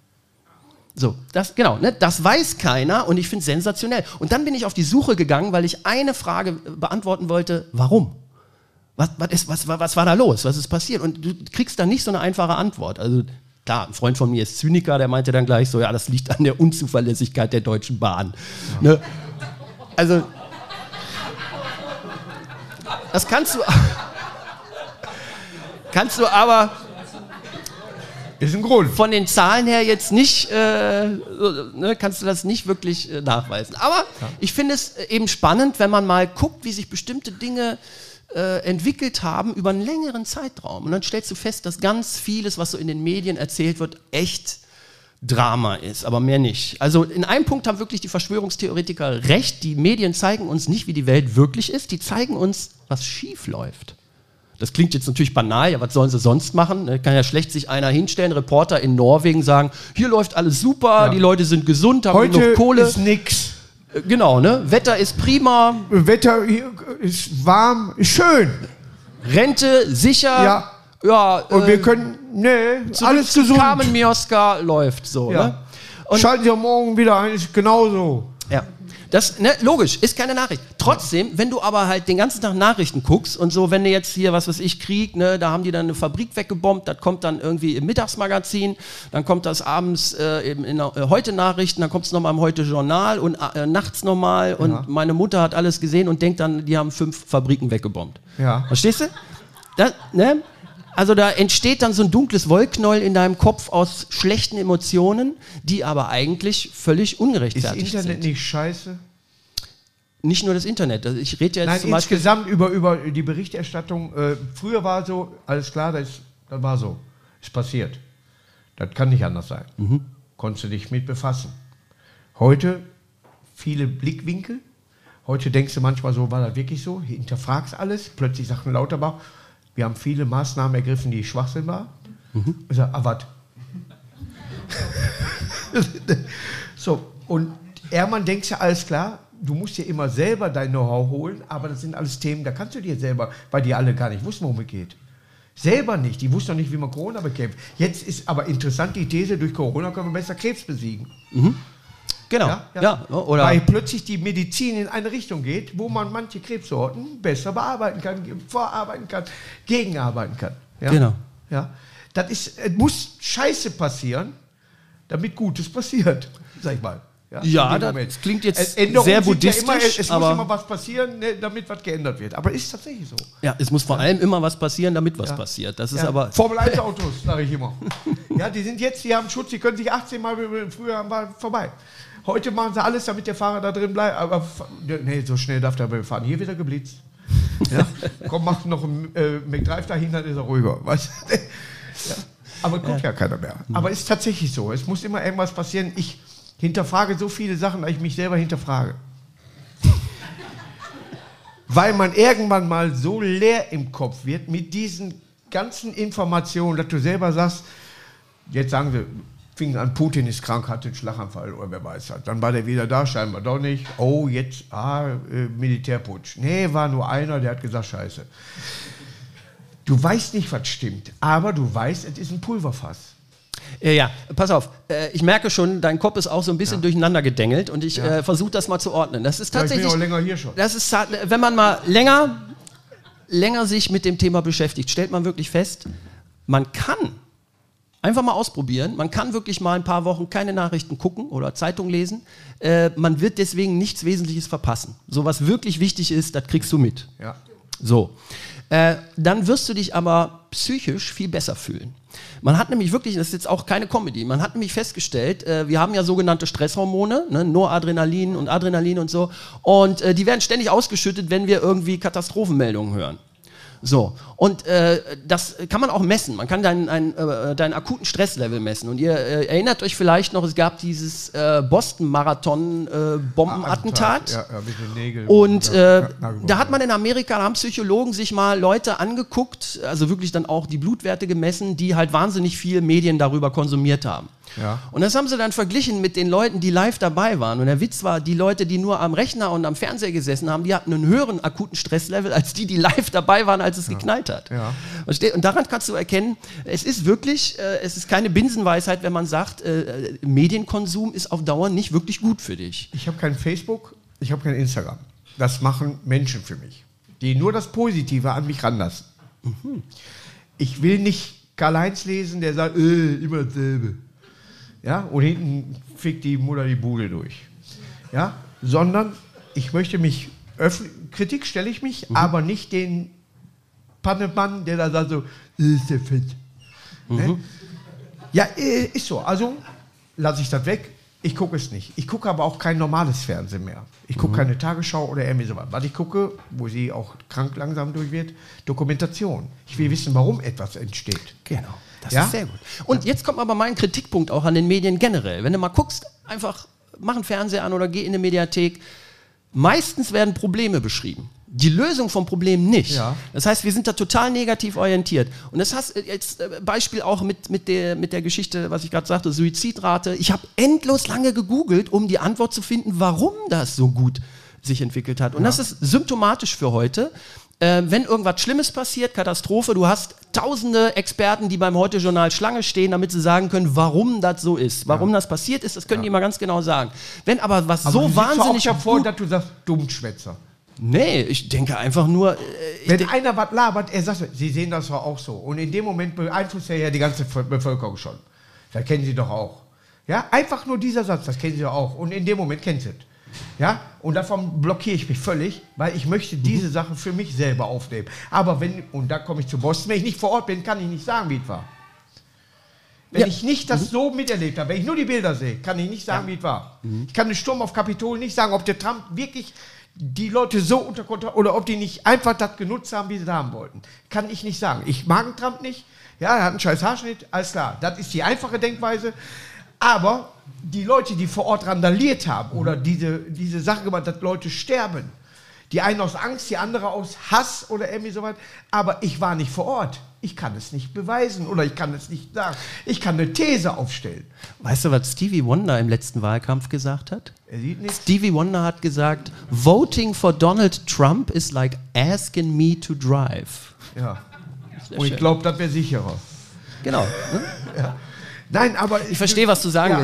So, das, genau, ne, das weiß keiner und ich finde es sensationell. Und dann bin ich auf die Suche gegangen, weil ich eine Frage beantworten wollte, warum? Was, was, ist, was, was war da los? Was ist passiert? Und du kriegst da nicht so eine einfache Antwort. Also klar, ein Freund von mir ist Zyniker, der meinte dann gleich so, ja, das liegt an der Unzuverlässigkeit der Deutschen Bahn. Ja. Ne? Also, das kannst du, kannst du aber... Ist ein Grund. Von den Zahlen her jetzt nicht, äh, ne, kannst du das nicht wirklich äh, nachweisen. Aber ja. ich finde es eben spannend, wenn man mal guckt, wie sich bestimmte Dinge äh, entwickelt haben über einen längeren Zeitraum. Und dann stellst du fest, dass ganz vieles, was so in den Medien erzählt wird, echt Drama ist, aber mehr nicht. Also in einem Punkt haben wirklich die Verschwörungstheoretiker recht. Die Medien zeigen uns nicht, wie die Welt wirklich ist. Die zeigen uns, was schief läuft. Das klingt jetzt natürlich banal, ja, was sollen sie sonst machen? Da kann ja schlecht sich einer hinstellen, Reporter in Norwegen sagen, hier läuft alles super, ja. die Leute sind gesund, haben heute genug Kohle. Heute ist nix. Genau, ne? Wetter ist prima. Wetter hier ist warm, ist schön. Rente sicher. Ja. Ja, und äh, wir können, ne, alles gesund. Carmen Mioska läuft so, ja. ne? Und schalten Sie auch morgen wieder ein, ist genauso. Ja. Das, ne, logisch, ist keine Nachricht. Trotzdem, wenn du aber halt den ganzen Tag Nachrichten guckst und so, wenn du jetzt hier, was weiß ich, Krieg, ne, da haben die dann eine Fabrik weggebombt, das kommt dann irgendwie im Mittagsmagazin, dann kommt das abends äh, eben in der, äh, Heute-Nachrichten, dann kommt es nochmal im Heute-Journal und äh, nachts nochmal und ja. meine Mutter hat alles gesehen und denkt dann, die haben fünf Fabriken weggebombt. Ja. Verstehst du? Das, ne? Also da entsteht dann so ein dunkles Wollknäuel in deinem Kopf aus schlechten Emotionen, die aber eigentlich völlig ungerechtfertigt sind. Ist Internet nicht scheiße? Nicht nur das Internet. Also ich rede jetzt Nein, zum Beispiel insgesamt über, über die Berichterstattung. Äh, früher war so, alles klar, das, das war so. Ist passiert. Das kann nicht anders sein. Mhm. Konntest du dich mit befassen. Heute viele Blickwinkel. Heute denkst du manchmal so, war das wirklich so? Hinterfragst alles. Plötzlich sagt ein Lauterbach, wir haben viele Maßnahmen ergriffen, die Schwachsinn waren. Mhm. Ich sage, ah, was? So, und Ehrmann denkst ja, alles klar, du musst dir immer selber dein Know-how holen, aber das sind alles Themen, da kannst du dir selber, weil die alle gar nicht wussten, worum es geht. Selber nicht, die wussten noch nicht, wie man Corona bekämpft. Jetzt ist aber interessant die These, durch Corona können wir besser Krebs besiegen. Mhm. Genau, ja, ja. ja, oder weil plötzlich die Medizin in eine Richtung geht, wo man manche Krebssorten besser bearbeiten kann, vorarbeiten kann, gegenarbeiten kann. Ja? Genau. Ja? Das ist, es muss Scheiße passieren, damit Gutes passiert, sag ich mal. Ja, das Moment. klingt jetzt Änderungen sehr sind buddhistisch, ja immer, es aber muss immer was passieren, ne, damit was geändert wird. Aber ist tatsächlich so. ja, es muss vor allem immer was passieren, damit was Ja. passiert. Das ist Ja. aber Formel eins Autos, sage ich immer. Ja, die sind jetzt, die haben Schutz, die können sich achtzehn Mal, früher war vorbei. Heute machen sie alles, damit der Fahrer da drin bleibt. Aber nee, so schnell darf der fahren. Hier wird er geblitzt. Ja? Komm, mach noch einen äh, McDrive dahin, dann ist er ruhiger. Weißt du? Ja. Aber guckt ja. ja keiner mehr. Aber es ist tatsächlich so. Es muss immer irgendwas passieren. Ich hinterfrage so viele Sachen, dass ich mich selber hinterfrage. Weil man irgendwann mal so leer im Kopf wird mit diesen ganzen Informationen, dass du selber sagst, jetzt sagen sie, fing an, Putin ist krank, hatte einen Schlaganfall oder wer weiß das. Dann war der wieder da, scheinbar doch nicht. Oh, jetzt, ah, äh, Militärputsch. Nee, war nur einer, der hat gesagt, scheiße. Du weißt nicht, was stimmt, aber du weißt, es ist ein Pulverfass. Ja, ja, pass auf. Äh, ich merke schon, dein Kopf ist auch so ein bisschen Ja. durcheinander gedengelt und ich Ja. äh, versuche das mal zu ordnen. Das ist Ja, ich bin tatsächlich. auch länger hier schon. Das ist, ta- wenn man mal länger, länger sich mit dem Thema beschäftigt, stellt man wirklich fest, man kann einfach mal ausprobieren. Man kann wirklich mal ein paar Wochen keine Nachrichten gucken oder Zeitung lesen. Äh, man wird deswegen nichts Wesentliches verpassen. So was wirklich wichtig ist, das kriegst du mit. Ja. So. Äh, dann wirst du dich aber psychisch viel besser fühlen. Man hat nämlich wirklich, das ist jetzt auch keine Comedy, man hat nämlich festgestellt, äh, wir haben ja sogenannte Stresshormone, ne, Noradrenalin und Adrenalin und so, und äh, die werden ständig ausgeschüttet, wenn wir irgendwie Katastrophenmeldungen hören. So, und äh, das kann man auch messen. Man kann deinen, ein, äh, deinen akuten Stresslevel messen. Und ihr äh, erinnert euch vielleicht noch, es gab dieses äh, Boston-Marathon-Bombenattentat. Äh, ja, ja, mit den Nägeln. Und Ja, äh, ja, na, da hat man in Amerika, da haben Psychologen sich mal Leute angeguckt, also wirklich dann auch die Blutwerte gemessen, die halt wahnsinnig viel Medien darüber konsumiert haben. Ja. Und das haben sie dann verglichen mit den Leuten, die live dabei waren. Und der Witz war, die Leute, die nur am Rechner und am Fernseher gesessen haben, die hatten einen höheren akuten Stresslevel als die, die live dabei waren, als es ja. geknallt hat. Ja. Und daran kannst du erkennen, es ist wirklich, äh, es ist keine Binsenweisheit, wenn man sagt, äh, Medienkonsum ist auf Dauer nicht wirklich gut für dich. Ich habe kein Facebook, ich habe kein Instagram. Das machen Menschen für mich, die nur das Positive an mich ranlassen. Mhm. Ich will nicht Karl-Heinz lesen, der sagt, äh, immer dasselbe. Ja, und hinten fickt die Mutter die Bude durch. Ja, sondern ich möchte mich öffnen, Kritik stelle ich mich, mhm. aber nicht den Pannemann, der da sagt so, ist der fett. Mhm. Ne? Ja, ist so. Also lasse ich das weg. Ich gucke es nicht. Ich gucke aber auch kein normales Fernsehen mehr. Ich gucke mhm. keine Tagesschau oder irgendwie sowas. Was ich gucke, wo sie auch krank langsam durch wird, Dokumentation. Ich will wissen, warum etwas entsteht. Genau. Das ja? ist sehr gut. Und ja. jetzt kommt aber mein Kritikpunkt auch an den Medien generell. Wenn du mal guckst, einfach mach einen Fernseher an oder geh in eine Mediathek. Meistens werden Probleme beschrieben. Die Lösung von Problemen nicht. Ja. Das heißt, wir sind da total negativ orientiert. Und das hast jetzt Beispiel auch mit, mit, der, mit der Geschichte, was ich gerade sagte, Suizidrate. Ich habe endlos lange gegoogelt, um die Antwort zu finden, warum das so gut sich entwickelt hat. Und ja. das ist symptomatisch für heute. Äh, wenn irgendwas Schlimmes passiert, Katastrophe, du hast tausende Experten, die beim Heute-Journal Schlange stehen, damit sie sagen können, warum das so ist. Warum ja. das passiert ist, das können ja. die immer ganz genau sagen. Wenn aber was aber so du wahnsinnig... auch davor, dass du sagst, Dummschwätzer. Nee, ich denke einfach nur... Äh, Wenn denk einer was labert, er sagt, Sie sehen das doch auch so. Und in dem Moment beeinflusst er ja die ganze Bevölkerung schon. Das kennen Sie doch auch. Ja, einfach nur dieser Satz, das kennen Sie doch auch. Und in dem Moment kennen Sie es. Ja, und davon blockiere ich mich völlig, weil ich möchte diese Sache für mich selber aufnehmen. Aber wenn, und da komme ich zu Boston, wenn ich nicht vor Ort bin, kann ich nicht sagen, wie es war. Wenn ja. ich nicht das so miterlebt habe, wenn ich nur die Bilder sehe, kann ich nicht sagen, ja. wie es war. Mhm. Ich kann den Sturm auf Kapitol nicht sagen, ob der Trump wirklich die Leute so unter Kontrolle, oder ob die nicht einfach das genutzt haben, wie sie das haben wollten. Kann ich nicht sagen. Ich mag den Trump nicht. Ja, er hat einen scheiß Haarschnitt, alles klar. Das ist die einfache Denkweise. Aber die Leute, die vor Ort randaliert haben oder diese, diese Sache gemacht, dass Leute sterben, die einen aus Angst, die andere aus Hass oder irgendwie sowas, aber ich war nicht vor Ort. Ich kann es nicht beweisen oder ich kann es nicht sagen. Ich kann eine These aufstellen. Weißt du, was Stevie Wonder im letzten Wahlkampf gesagt hat? Er sieht nichts. Stevie Wonder hat gesagt, voting for Donald Trump is like asking me to drive. Ja. Und ich glaube, das wäre sicherer. Genau. Ne? Ja. Nein, aber ich verstehe, was du sagen ja, willst. Ja.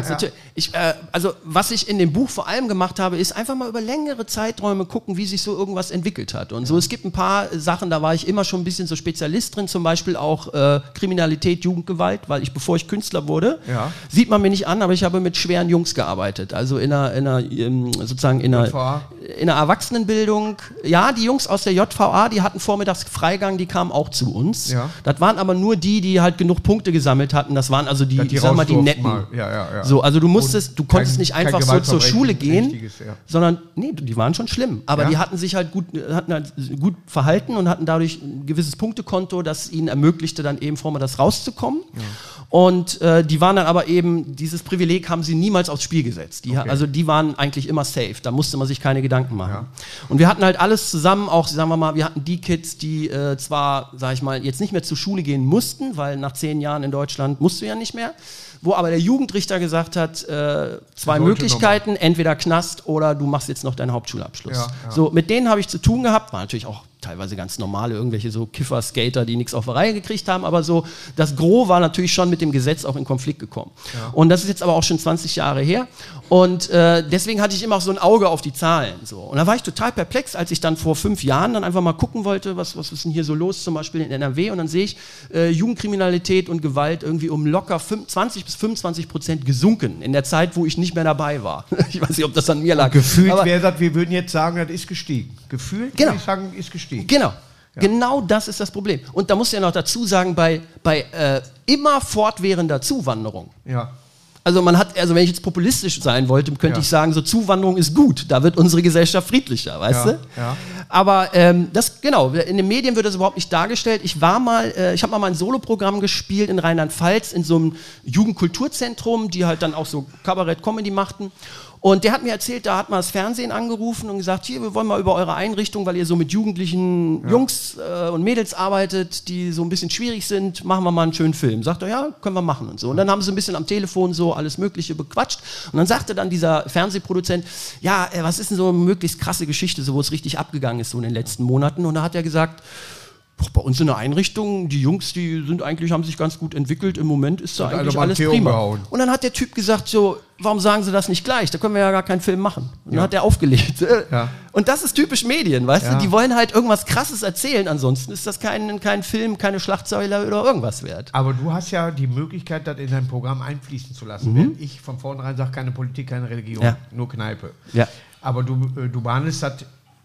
Ich, äh, also was ich in dem Buch vor allem gemacht habe, ist einfach mal über längere Zeiträume gucken, wie sich so irgendwas entwickelt hat. Und so, es gibt ein paar Sachen, da war ich immer schon ein bisschen so Spezialist drin, zum Beispiel auch äh, Kriminalität, Jugendgewalt, weil ich, bevor ich Künstler wurde, ja. sieht man mir nicht an, aber ich habe mit schweren Jungs gearbeitet. Also in einer, in einer ähm, sozusagen in einer, in einer Erwachsenenbildung. Ja, die Jungs aus der J V A, die hatten vormittags Freigang, die kamen auch zu uns. Ja. Das waren aber nur die, die halt genug Punkte gesammelt hatten. Das waren also die, die, ich sag mal, die netten. Ja, ja, ja. So, also du musstest, du konntest kein, nicht einfach so zur Schule gehen, ja. sondern, nee, die waren schon schlimm. Aber ja? die hatten sich halt gut, hatten halt gut verhalten und hatten dadurch ein gewisses Punktekonto, das ihnen ermöglichte, dann eben vormittags rauszukommen. Ja. Und äh, die waren dann aber eben, dieses Privileg haben sie niemals aufs Spiel gesetzt. Die, okay. Also die waren eigentlich immer safe, da musste man sich keine Gedanken machen. Ja. Und wir hatten halt alles zusammen, auch sagen wir mal, wir hatten die Kids, die äh, zwar, sag ich mal, jetzt nicht mehr zur Schule gehen mussten, weil nach zehn Jahren in Deutschland musst du ja nicht mehr, wo aber der Jugendrichter gesagt hat, äh, zwei Möglichkeiten, entweder Knast oder du machst jetzt noch deinen Hauptschulabschluss. Ja, ja. So, mit denen habe ich zu tun gehabt, war natürlich auch teilweise ganz normale, irgendwelche so Kiffer, Skater, die nichts auf der Reihe gekriegt haben, aber so das Gros war natürlich schon mit dem Gesetz auch in Konflikt gekommen. Ja. Und das ist jetzt aber auch schon zwanzig Jahre her und äh, deswegen hatte ich immer auch so ein Auge auf die Zahlen. So. Und da war ich total perplex, als ich dann vor fünf Jahren dann einfach mal gucken wollte, was, was ist denn hier so los, zum Beispiel in N R W, und dann sehe ich äh, Jugendkriminalität und Gewalt irgendwie um locker zwanzig bis fünfundzwanzig Prozent gesunken in der Zeit, wo ich nicht mehr dabei war. Ich weiß nicht, ob das an mir lag. Und gefühlt wäre das, wir würden jetzt sagen, das ist gestiegen. Gefühlt genau. würde ich sagen, ist gestiegen. Genau, ja. Genau das ist das Problem. Und da muss ich ja noch dazu sagen, bei, bei äh, immer fortwährender Zuwanderung. Ja. Also man hat, also wenn ich jetzt populistisch sein wollte, könnte ja. ich sagen, so Zuwanderung ist gut, da wird unsere Gesellschaft friedlicher, weißt ja. du? Ja. Aber ähm, das, genau, in den Medien wird das überhaupt nicht dargestellt. Ich war mal, äh, ich habe mal mein Soloprogramm gespielt in Rheinland-Pfalz in so einem Jugendkulturzentrum, die halt dann auch so Kabarett-Comedy machten. Und der hat mir erzählt, da hat mal das Fernsehen angerufen und gesagt, hier, wir wollen mal über eure Einrichtung, weil ihr so mit jugendlichen ja. Jungs äh, und Mädels arbeitet, die so ein bisschen schwierig sind, machen wir mal einen schönen Film. Sagt er, ja, können wir machen und so. Und dann haben sie ein bisschen am Telefon so alles Mögliche bequatscht. Und dann sagte dann dieser Fernsehproduzent, ja, äh, was ist denn so eine möglichst krasse Geschichte, so wo es richtig abgegangen ist so in den letzten Monaten. Und da hat er gesagt, bei uns in der Einrichtung, die Jungs, die sind eigentlich, haben sich ganz gut entwickelt. Im Moment ist da und eigentlich alles prima. Gehauen. Und dann hat der Typ gesagt, so, warum sagen Sie das nicht gleich? Da können wir ja gar keinen Film machen. Und ja. dann hat er aufgelegt. Ja. Und das ist typisch Medien, weißt ja. du? Die wollen halt irgendwas Krasses erzählen. Ansonsten ist das kein, kein Film, keine Schlagzeile oder irgendwas wert. Aber du hast ja die Möglichkeit, das in dein Programm einfließen zu lassen. Mhm. Wenn ich von vornherein sage, keine Politik, keine Religion, ja. nur Kneipe. Ja. Aber du, du behandelst das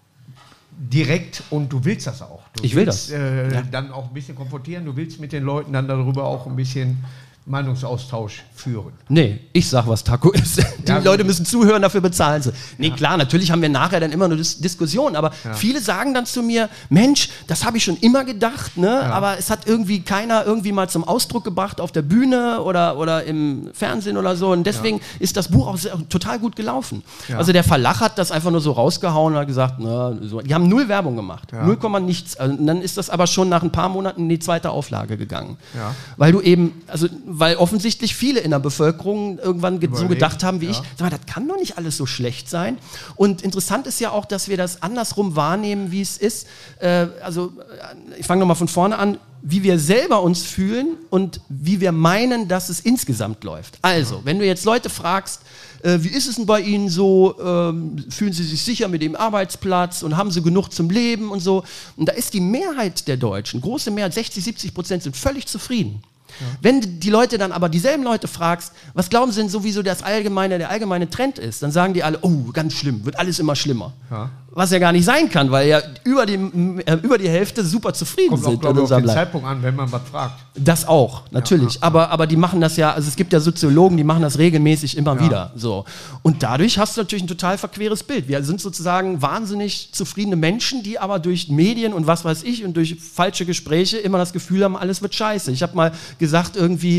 direkt und du willst das auch. Du ich will willst, das. Äh, ja. Dann auch ein bisschen konfrontieren, du willst mit den Leuten dann darüber auch ein bisschen Meinungsaustausch führen. Nee, ich sag, was Taco ist. Die ja, Leute müssen zuhören, dafür bezahlen sie. Nee, ja. klar, natürlich haben wir nachher dann immer eine Dis- Diskussion, aber ja. viele sagen dann zu mir, Mensch, das habe ich schon immer gedacht, ne? Ja. aber es hat irgendwie keiner irgendwie mal zum Ausdruck gebracht auf der Bühne oder, oder im Fernsehen oder so, und deswegen ja. ist das Buch auch sehr, total gut gelaufen. Ja. Also der Verlag hat das einfach nur so rausgehauen und hat gesagt, na, so. Die haben null Werbung gemacht, ja. null Komma nichts. Also, und dann ist das aber schon nach ein paar Monaten in die zweite Auflage gegangen. Ja. Weil du eben, also weil offensichtlich viele in der Bevölkerung irgendwann ge- so gedacht haben wie ja. ich, sag mal, das kann doch nicht alles so schlecht sein. Und interessant ist ja auch, dass wir das andersrum wahrnehmen, wie es ist. Äh, also ich fange nochmal von vorne an, wie wir selber uns fühlen und wie wir meinen, dass es insgesamt läuft. Also, wenn du jetzt Leute fragst, äh, wie ist es denn bei Ihnen so, ähm, fühlen Sie sich sicher mit dem Arbeitsplatz und haben Sie genug zum Leben und so. Und da ist die Mehrheit der Deutschen, große Mehrheit, sechzig, siebzig Prozent sind völlig zufrieden. Ja. Wenn die Leute dann aber dieselben Leute fragst, was glauben sie denn sowieso das allgemeine, der allgemeine Trend ist, dann sagen die alle, oh, ganz schlimm, wird alles immer schlimmer. Ja. Was ja gar nicht sein kann, weil ja über die, äh, über die Hälfte super zufrieden Kommt sind. Kommt auch, auf den Zeitpunkt an, wenn man was fragt. Das auch, natürlich. Ja, ja, aber, aber die machen das ja, also es gibt ja Soziologen, die machen das regelmäßig immer ja. wieder. So. Und dadurch hast du natürlich ein total verqueres Bild. Wir sind sozusagen wahnsinnig zufriedene Menschen, die aber durch Medien und was weiß ich und durch falsche Gespräche immer das Gefühl haben, alles wird scheiße. Ich habe mal gesagt, irgendwie,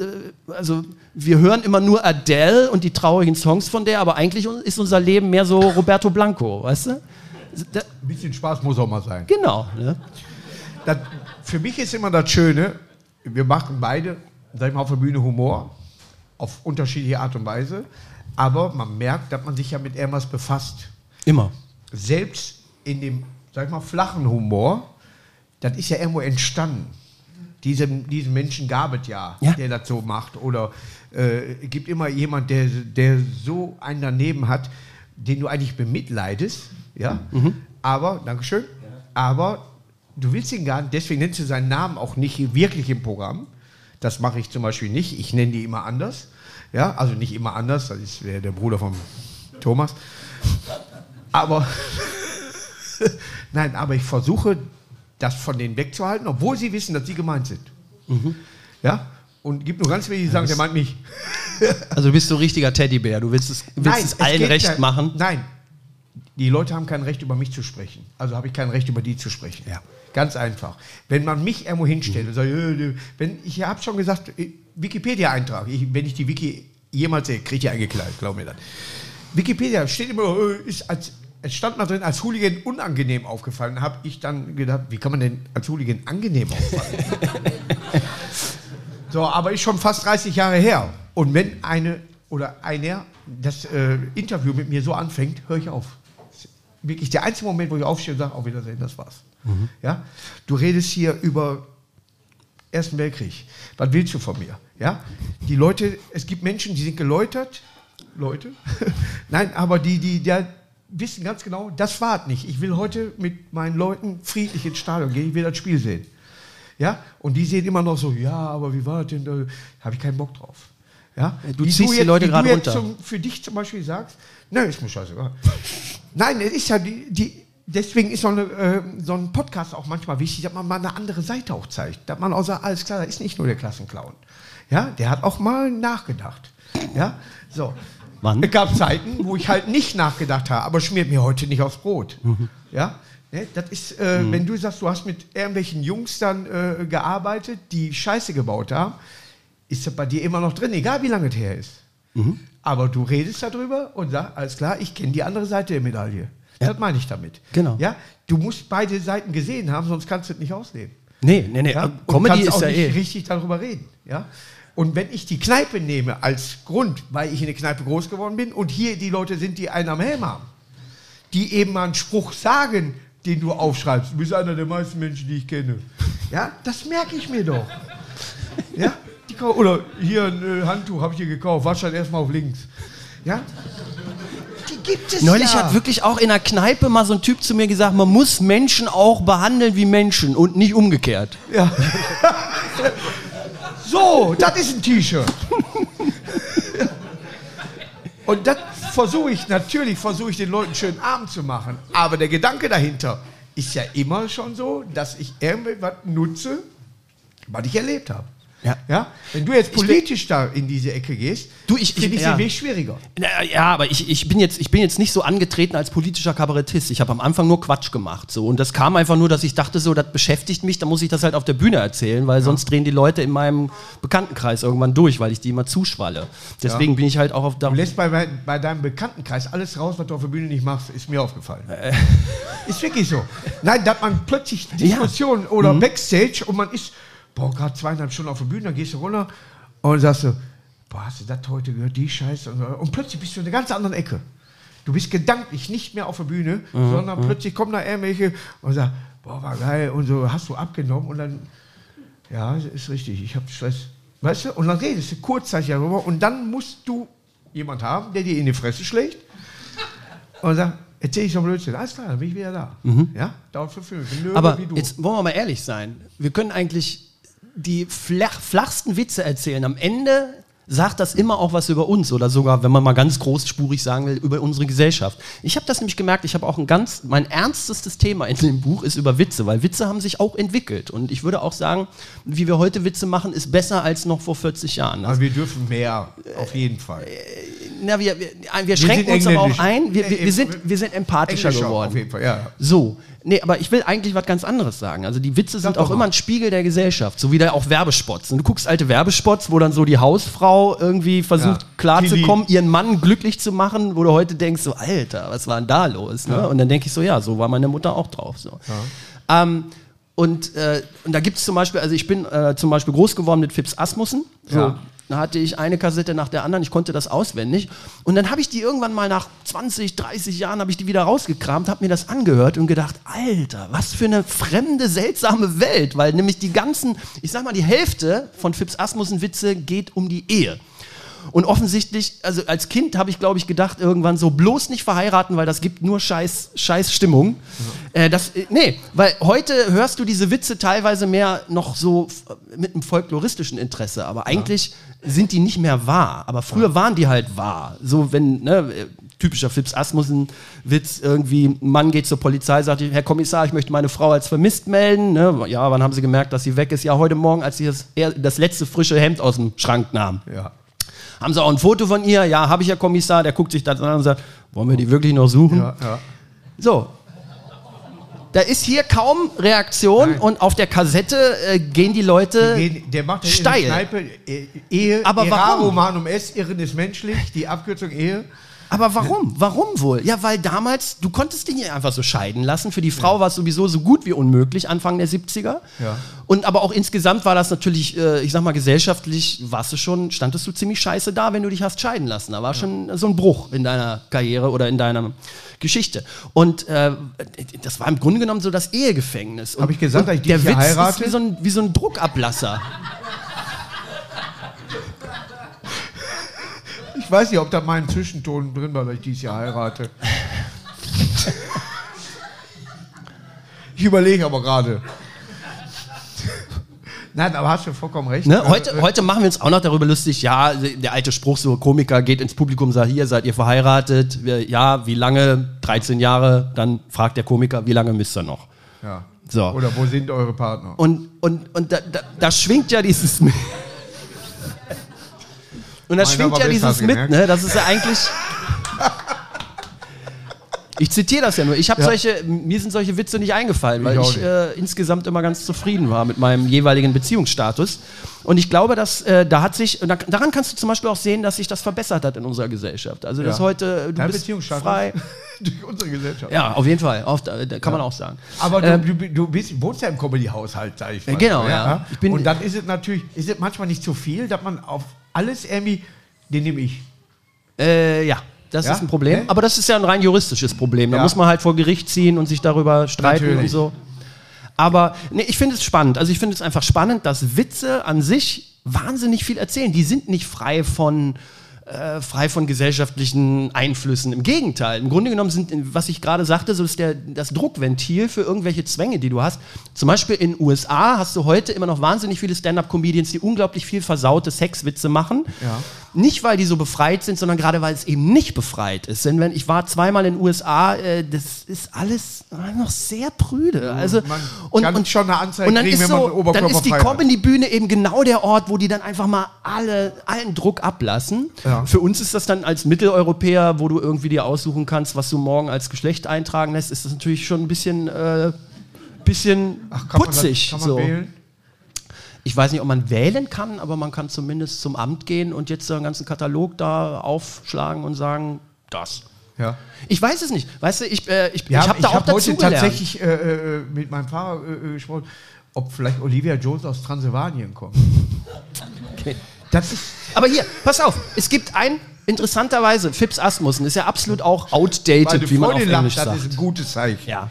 also wir hören immer nur Adele und die traurigen Songs von der, aber eigentlich ist unser Leben mehr so Roberto Blanco, weißt du? Ein bisschen Spaß muss auch mal sein. Genau. Ne? Das, für mich ist immer das Schöne, wir machen beide, sag ich mal, auf der Bühne Humor, auf unterschiedliche Art und Weise, aber man merkt, dass man sich ja mit irgendwas befasst. Immer. Selbst in dem, sag ich mal, flachen Humor, das ist ja irgendwo entstanden. diesem, diesem Menschen gab es ja, Ja. der das so macht. Oder äh, es gibt immer jemand, der, der so einen daneben hat, den du eigentlich bemitleidest. Ja? Mhm. Aber, Dankeschön, ja. aber du willst ihn gar nicht, deswegen nennst du seinen Namen auch nicht wirklich im Programm. Das mache ich zum Beispiel nicht. Ich nenne die immer anders. Ja? Also nicht immer anders, das ist der, der Bruder von Thomas. Aber, nein, aber ich versuche, das von denen wegzuhalten, obwohl sie wissen, dass sie gemeint sind. Mhm. Ja? Und gibt nur ganz wenige, die sagen, der meint mich. Also du bist so ein richtiger Teddybär, du willst es, willst nein, es allen es recht ja, machen? Nein, die Leute haben kein Recht, über mich zu sprechen. Also habe ich kein Recht, über die zu sprechen. Ja. Ganz einfach. Wenn man mich irgendwo hinstellt mhm. und sagt, äh, wenn, ich habe schon gesagt, Wikipedia-Eintrag, ich, wenn ich die Wiki jemals sehe, kriege ich eingekleidet, glaub mir das. Wikipedia steht immer, äh, ist als es stand mal drin, als Hooligan unangenehm aufgefallen. Habe ich dann gedacht, wie kann man denn als Hooligan angenehm auffallen? So, aber ist schon fast dreißig Jahre her. Und wenn eine oder einer das äh, Interview mit mir so anfängt, höre ich auf. Wirklich der einzige Moment, wo ich aufstehe und sage, auf Wiedersehen, das war's. Mhm. Ja? Du redest hier über Ersten Weltkrieg. Was willst du von mir? Ja? Die Leute, es gibt Menschen, die sind geläutert. Leute? Nein, aber die, die, der wissen ganz genau, das war es nicht. Ich will heute mit meinen Leuten friedlich ins Stadion gehen, ich will das Spiel sehen. Ja? Und die sehen immer noch so, ja, aber wie war das denn? Da habe ich keinen Bock drauf. Ja? Du wie ziehst du die jetzt, Leute wie gerade du jetzt runter. zum, für dich zum Beispiel sagst, nein, ist mir scheißegal. Nein, es ist ja die, die deswegen ist so, eine, äh, so ein Podcast auch manchmal wichtig, dass man mal eine andere Seite auch zeigt. Dass man auch sagt, alles klar, da ist nicht nur der Klassenclown. Ja? Der hat auch mal nachgedacht. Ja? So. Wann? Es gab Zeiten, wo ich halt nicht nachgedacht habe, aber schmiert mir heute nicht aufs Brot. Mhm. Ja? Ne, das ist, äh, mhm. wenn du sagst, du hast mit irgendwelchen Jungs dann äh, gearbeitet, die Scheiße gebaut haben, ist das bei dir immer noch drin, egal wie lange es her ist. Mhm. Aber du redest darüber und sagst, alles klar, ich kenne die andere Seite der Medaille. Ja. Das meine ich damit. Genau. Ja? Du musst beide Seiten gesehen haben, sonst kannst du es nicht ausleben. Nee, nee, nee. Ja? Comedy ist auch ja nicht eh. richtig darüber reden. Ja? Und wenn ich die Kneipe nehme als Grund, weil ich in der Kneipe groß geworden bin und hier die Leute sind, die einen am Helm haben, die eben mal einen Spruch sagen, den du aufschreibst, du bist einer der meisten Menschen, die ich kenne. Ja, das merke ich mir doch. Ja? Die, oder hier ein äh, Handtuch habe ich hier gekauft, wasch halt erstmal auf links. Ja? Die gibt es Neulich ja. hat wirklich auch in einer Kneipe mal so ein Typ zu mir gesagt, man muss Menschen auch behandeln wie Menschen und nicht umgekehrt. Ja. So, das ist ein T-Shirt. Und das versuche ich, natürlich versuche ich den Leuten schön arm zu machen. Aber der Gedanke dahinter ist ja immer schon so, dass ich irgendwas nutze, was ich erlebt habe. Ja. Ja? Wenn du jetzt politisch da in diese Ecke gehst, du, ich, finde ich ja. den Weg schwieriger. Ja, aber ich, ich, bin jetzt, ich bin jetzt nicht so angetreten als politischer Kabarettist. Ich habe am Anfang nur Quatsch gemacht. So. Und das kam einfach nur, dass ich dachte, so, das beschäftigt mich, da muss ich das halt auf der Bühne erzählen, weil ja. sonst drehen die Leute in meinem Bekanntenkreis irgendwann durch, weil ich die immer zuschwalle. Deswegen ja. bin ich halt auch auf... Du lässt bei, bei deinem Bekanntenkreis alles raus, was du auf der Bühne nicht machst, ist mir aufgefallen. Äh. Ist wirklich so. Nein, dass man plötzlich Diskussionen ja. oder mhm. Backstage und man ist... Boah, gerade zweieinhalb Stunden auf der Bühne, dann gehst du runter und sagst du, boah, hast du das heute gehört, die Scheiße? Und, so. Und plötzlich bist du in einer ganz anderen Ecke. Du bist gedanklich nicht mehr auf der Bühne, mhm, sondern mhm. plötzlich kommen da irgendwelche und sagen, boah, war geil und so, hast du abgenommen und dann, ja, ist richtig, ich habe Stress. Weißt du? Und dann redest du kurzzeitig darüber und dann musst du jemand haben, der dir in die Fresse schlägt und sagt, erzähl ich so Blödsinn. Alles klar, dann bin ich wieder da. Mhm. Ja? Dauert fünf Minuten. Aber jetzt wollen wir mal ehrlich sein. Wir können eigentlich die flach, flachsten Witze erzählen. Am Ende sagt das immer auch was über uns oder sogar, wenn man mal ganz großspurig sagen will, über unsere Gesellschaft. Ich habe das nämlich gemerkt, ich habe auch ein ganz, mein ernstestes Thema in dem Buch ist über Witze, weil Witze haben sich auch entwickelt und ich würde auch sagen, wie wir heute Witze machen, ist besser als noch vor vierzig Jahren. Aber wir dürfen mehr, auf jeden Fall. Na, wir, wir, wir schränken wir uns aber auch ein, wir, wir, wir, sind, wir sind empathischer Englischer geworden. Auf jeden Fall, ja. So, nee, aber ich will eigentlich was ganz anderes sagen. Also die Witze sind auch immer ein Spiegel der Gesellschaft, so wie da auch Werbespots. Und du guckst alte Werbespots, wo dann so die Hausfrau irgendwie versucht, ja. klarzukommen, ihren Mann glücklich zu machen, wo du heute denkst, so Alter, was war denn da los? Ne? Ja. Und dann denke ich so, ja, so war meine Mutter auch drauf. So. Ja. Ähm, und, äh, und da gibt es zum Beispiel, also ich bin äh, zum Beispiel groß geworden mit Fips Asmussen. So. Ja. Da hatte ich eine Kassette nach der anderen, ich konnte das auswendig. Und dann habe ich die irgendwann mal nach zwanzig, dreißig Jahren, habe ich die wieder rausgekramt, habe mir das angehört und gedacht, Alter, was für eine fremde, seltsame Welt. Weil nämlich die ganzen, ich sag mal, die Hälfte von Phipps Asmussen Witze geht um die Ehe. Und offensichtlich, also als Kind habe ich, glaube ich, gedacht, irgendwann so, bloß nicht verheiraten, weil das gibt nur scheiß, scheiß Stimmung. Mhm. Äh, das, äh, nee, weil heute hörst du diese Witze teilweise mehr noch so f- mit einem folkloristischen Interesse, aber eigentlich ja. sind die nicht mehr wahr. Aber früher ja. waren die halt wahr. So, wenn, ne, typischer Phipps Asmussen-Witz, irgendwie, ein Mann geht zur Polizei, sagt, Herr Kommissar, ich möchte meine Frau als vermisst melden. Ne? Ja, wann haben Sie gemerkt, dass sie weg ist? Ja, heute Morgen, als sie das, das letzte frische Hemd aus dem Schrank nahm. Ja. Haben Sie auch ein Foto von ihr? Ja, habe ich, Herr Kommissar. Der guckt sich das an und sagt, wollen wir die wirklich noch suchen? Ja, ja. So. Da ist hier kaum Reaktion. Nein. Und auf der Kassette äh, gehen die Leute die gehen, der macht ja steil. In der Kneipe, Ehe, aber warum? Romanum S, Irren ist menschlich, die Abkürzung Ehe. Aber warum? Warum wohl? Ja, weil damals, du konntest dich nicht einfach so scheiden lassen. Für die Frau ja. war es sowieso so gut wie unmöglich, Anfang der siebziger. Ja. Und aber auch insgesamt war das natürlich, äh, ich sag mal, gesellschaftlich warst du schon, standest du ziemlich scheiße da, wenn du dich hast scheiden lassen. Da war ja. schon so ein Bruch in deiner Karriere oder in deiner Geschichte. Und äh, das war im Grunde genommen so das Ehegefängnis. Habe ich gesagt, dass ich dich der Witz heirate? ist wie so ein, wie so ein Druckablasser. Ich weiß nicht, ob da mal ein Zwischenton drin war, dass ich dieses Jahr heirate. Ich überlege aber gerade. Nein, aber hast du vollkommen recht. Ne? Heute, heute machen wir uns auch noch darüber lustig, ja, der alte Spruch, so Komiker geht ins Publikum und sagt, hier, seid ihr verheiratet? Ja, wie lange? dreizehn Jahre. Dann fragt der Komiker, wie lange müsst ihr noch? Ja. So. Oder wo sind eure Partner? Und, und, und da, da, da schwingt ja dieses... Und das schwingt ja dieses mit, ne? Das ist ja eigentlich... Ich zitiere das ja nur. Ich habe ja. solche, mir sind solche Witze nicht eingefallen, weil ich, ich äh, insgesamt immer ganz zufrieden war mit meinem jeweiligen Beziehungsstatus. Und ich glaube, dass äh, da hat sich, da, daran kannst du zum Beispiel auch sehen, dass sich das verbessert hat in unserer Gesellschaft. Also, dass ja. heute du Dein bist frei. Durch unsere Gesellschaft. Ja, auf jeden Fall. Auf, da, da kann ja. man auch sagen. Aber ähm, du, du, du bist, wohnst ja im Comedy-Haushalt, sag ich mal. Genau, ja. ja. Ich bin Und dann ist es natürlich, ist es manchmal nicht zu viel, dass man auf alles irgendwie, den nehme ich. Äh, ja. Das ja? ist ein Problem, okay. Aber das ist ja ein rein juristisches Problem. Da ja. muss man halt vor Gericht ziehen und sich darüber streiten Natürlich. und so. Aber nee, ich finde es spannend. Also ich finde es einfach spannend, dass Witze an sich wahnsinnig viel erzählen. Die sind nicht frei von, äh, frei von gesellschaftlichen Einflüssen. Im Gegenteil. Im Grunde genommen sind, was ich gerade sagte, so ist der, das Druckventil für irgendwelche Zwänge, die du hast. Zum Beispiel in den U S A hast du heute immer noch wahnsinnig viele Stand-Up-Comedians, die unglaublich viel versaute Sexwitze machen. Ja. Nicht, weil die so befreit sind, sondern gerade, weil es eben nicht befreit ist. Denn wenn ich war zweimal in den U S A, äh, das ist alles noch sehr prüde. Also, man und, kann und, schon eine Anzeige und dann kriegen, ist wenn so, man Oberkörper dann ist die Comedy-Bühne eben genau der Ort, wo die dann einfach mal alle, allen Druck ablassen. Ja. Für uns ist das dann als Mitteleuropäer, wo du irgendwie dir aussuchen kannst, was du morgen als Geschlecht eintragen lässt, ist das natürlich schon ein bisschen, äh, bisschen Ach, kann putzig. Man das, kann man so. wählen? Ich weiß nicht, ob man wählen kann, aber man kann zumindest zum Amt gehen und jetzt einen ganzen Katalog da aufschlagen und sagen, das. Ja. Ich weiß es nicht. Weißt du, ich, äh, ich, ja, ich habe da ich auch hab dazu heute gelernt. tatsächlich äh, mit meinem Fahrer äh, gesprochen, ob vielleicht Olivia Jones aus Transsilvanien kommt. Okay. Das ist aber hier, pass auf, es gibt ein, interessanterweise, Phipps Asmussen ist ja absolut auch outdated, wie man auf Englisch sagt. Das ist ein gutes Zeichen. Ja.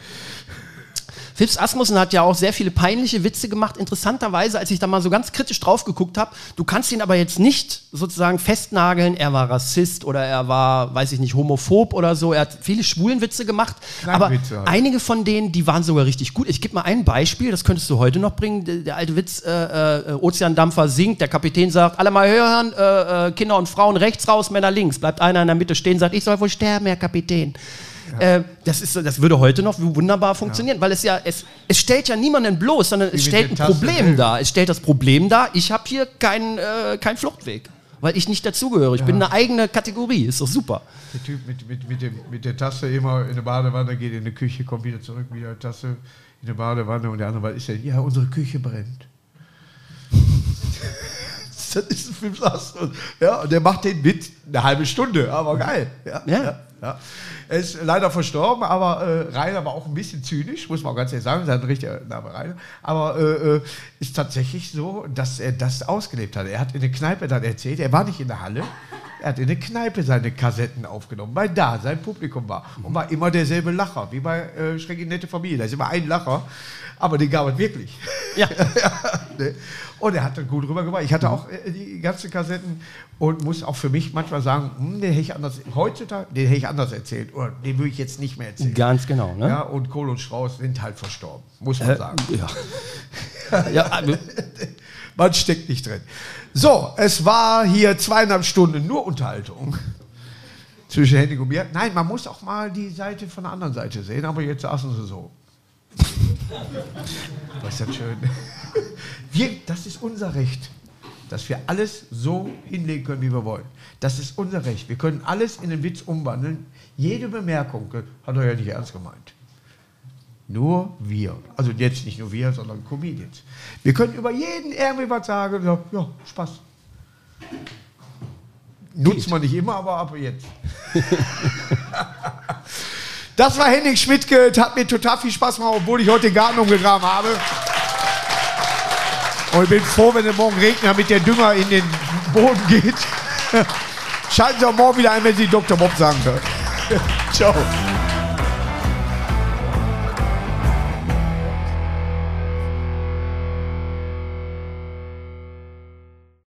Phipps Asmussen hat ja auch sehr viele peinliche Witze gemacht. Interessanterweise, als ich da mal so ganz kritisch drauf geguckt habe, du kannst ihn aber jetzt nicht sozusagen festnageln, er war Rassist oder er war, weiß ich nicht, homophob oder so. Er hat viele Schwulenwitze gemacht, Nein, aber Witze halt. Einige von denen, die waren sogar richtig gut. Ich gebe mal ein Beispiel, das könntest du heute noch bringen. Der, der alte Witz, äh, äh, Ozeandampfer sinkt, der Kapitän sagt, alle mal hören, äh, äh, Kinder und Frauen rechts raus, Männer links. Bleibt einer in der Mitte stehen, sagt, ich soll wohl sterben, Herr Kapitän. Ja. Äh, das, ist, das würde heute noch wunderbar funktionieren, ja. weil es ja, es, es stellt ja niemanden bloß, sondern Wie es stellt ein Taste Problem will. dar. Es stellt das Problem dar, ich habe hier keinen äh, kein Fluchtweg, weil ich nicht dazugehöre. Ich ja. bin eine eigene Kategorie, ist doch super. Der Typ mit, mit, mit, dem, mit der Tasse immer in eine Badewanne, geht in die Küche, kommt wieder zurück, wieder eine Tasse in eine Badewanne und der andere, was ist ja, ja, unsere Küche brennt. das ist ein Filmsast. Ja, und der macht den mit eine halbe Stunde, aber geil. Ja, Ja. ja, ja. Er ist leider verstorben, aber äh, Rainer war auch ein bisschen zynisch, muss man auch ganz ehrlich sagen, sein richtiger Name Rainer. Aber äh, ist tatsächlich so, dass er das ausgelebt hat. Er hat in der Kneipe dann erzählt, er war nicht in der Halle, er hat in der Kneipe seine Kassetten aufgenommen, weil da sein Publikum war. Und war immer derselbe Lacher, wie bei äh, Schrecklich nette Familie. Da ist immer ein Lacher, aber den gab es wirklich. Ja. Ne? Und er hat dann gut rübergebracht. Ich hatte auch äh, die ganzen Kassetten und muss auch für mich manchmal sagen, hm, den hätte ich anders, heutzutage, den hätte ich anders erzählt. Oder den würde ich jetzt nicht mehr erzählen. Ganz genau, ne? Ja, und Kohl und Strauß sind halt verstorben, muss man Äh, sagen. ja. ja, also, Man steckt nicht drin. So, es war hier zweieinhalb Stunden nur Unterhaltung zwischen Henning und mir. Nein, man muss auch mal die Seite von der anderen Seite sehen, aber jetzt saßen sie so. Was ist das schön? Wir, das ist unser Recht, dass wir alles so hinlegen können, wie wir wollen. Das ist unser Recht. Wir können alles in einen Witz umwandeln. Jede Bemerkung hat er ja nicht ernst gemeint. Nur wir. Also jetzt nicht nur wir, sondern Comedians. Wir können über jeden irgendwie was sagen und sagen, ja, Spaß. Nutzt man nicht immer, aber ab jetzt. Das war Henning Schmidtke, hat mir total viel Spaß gemacht, obwohl ich heute den Garten umgegraben habe. Und ich bin froh, wenn es morgen regnet, damit der Dünger in den Boden geht. Schalten Sie auch morgen wieder ein, wenn Sie Doktor Bob sagen können. Ciao.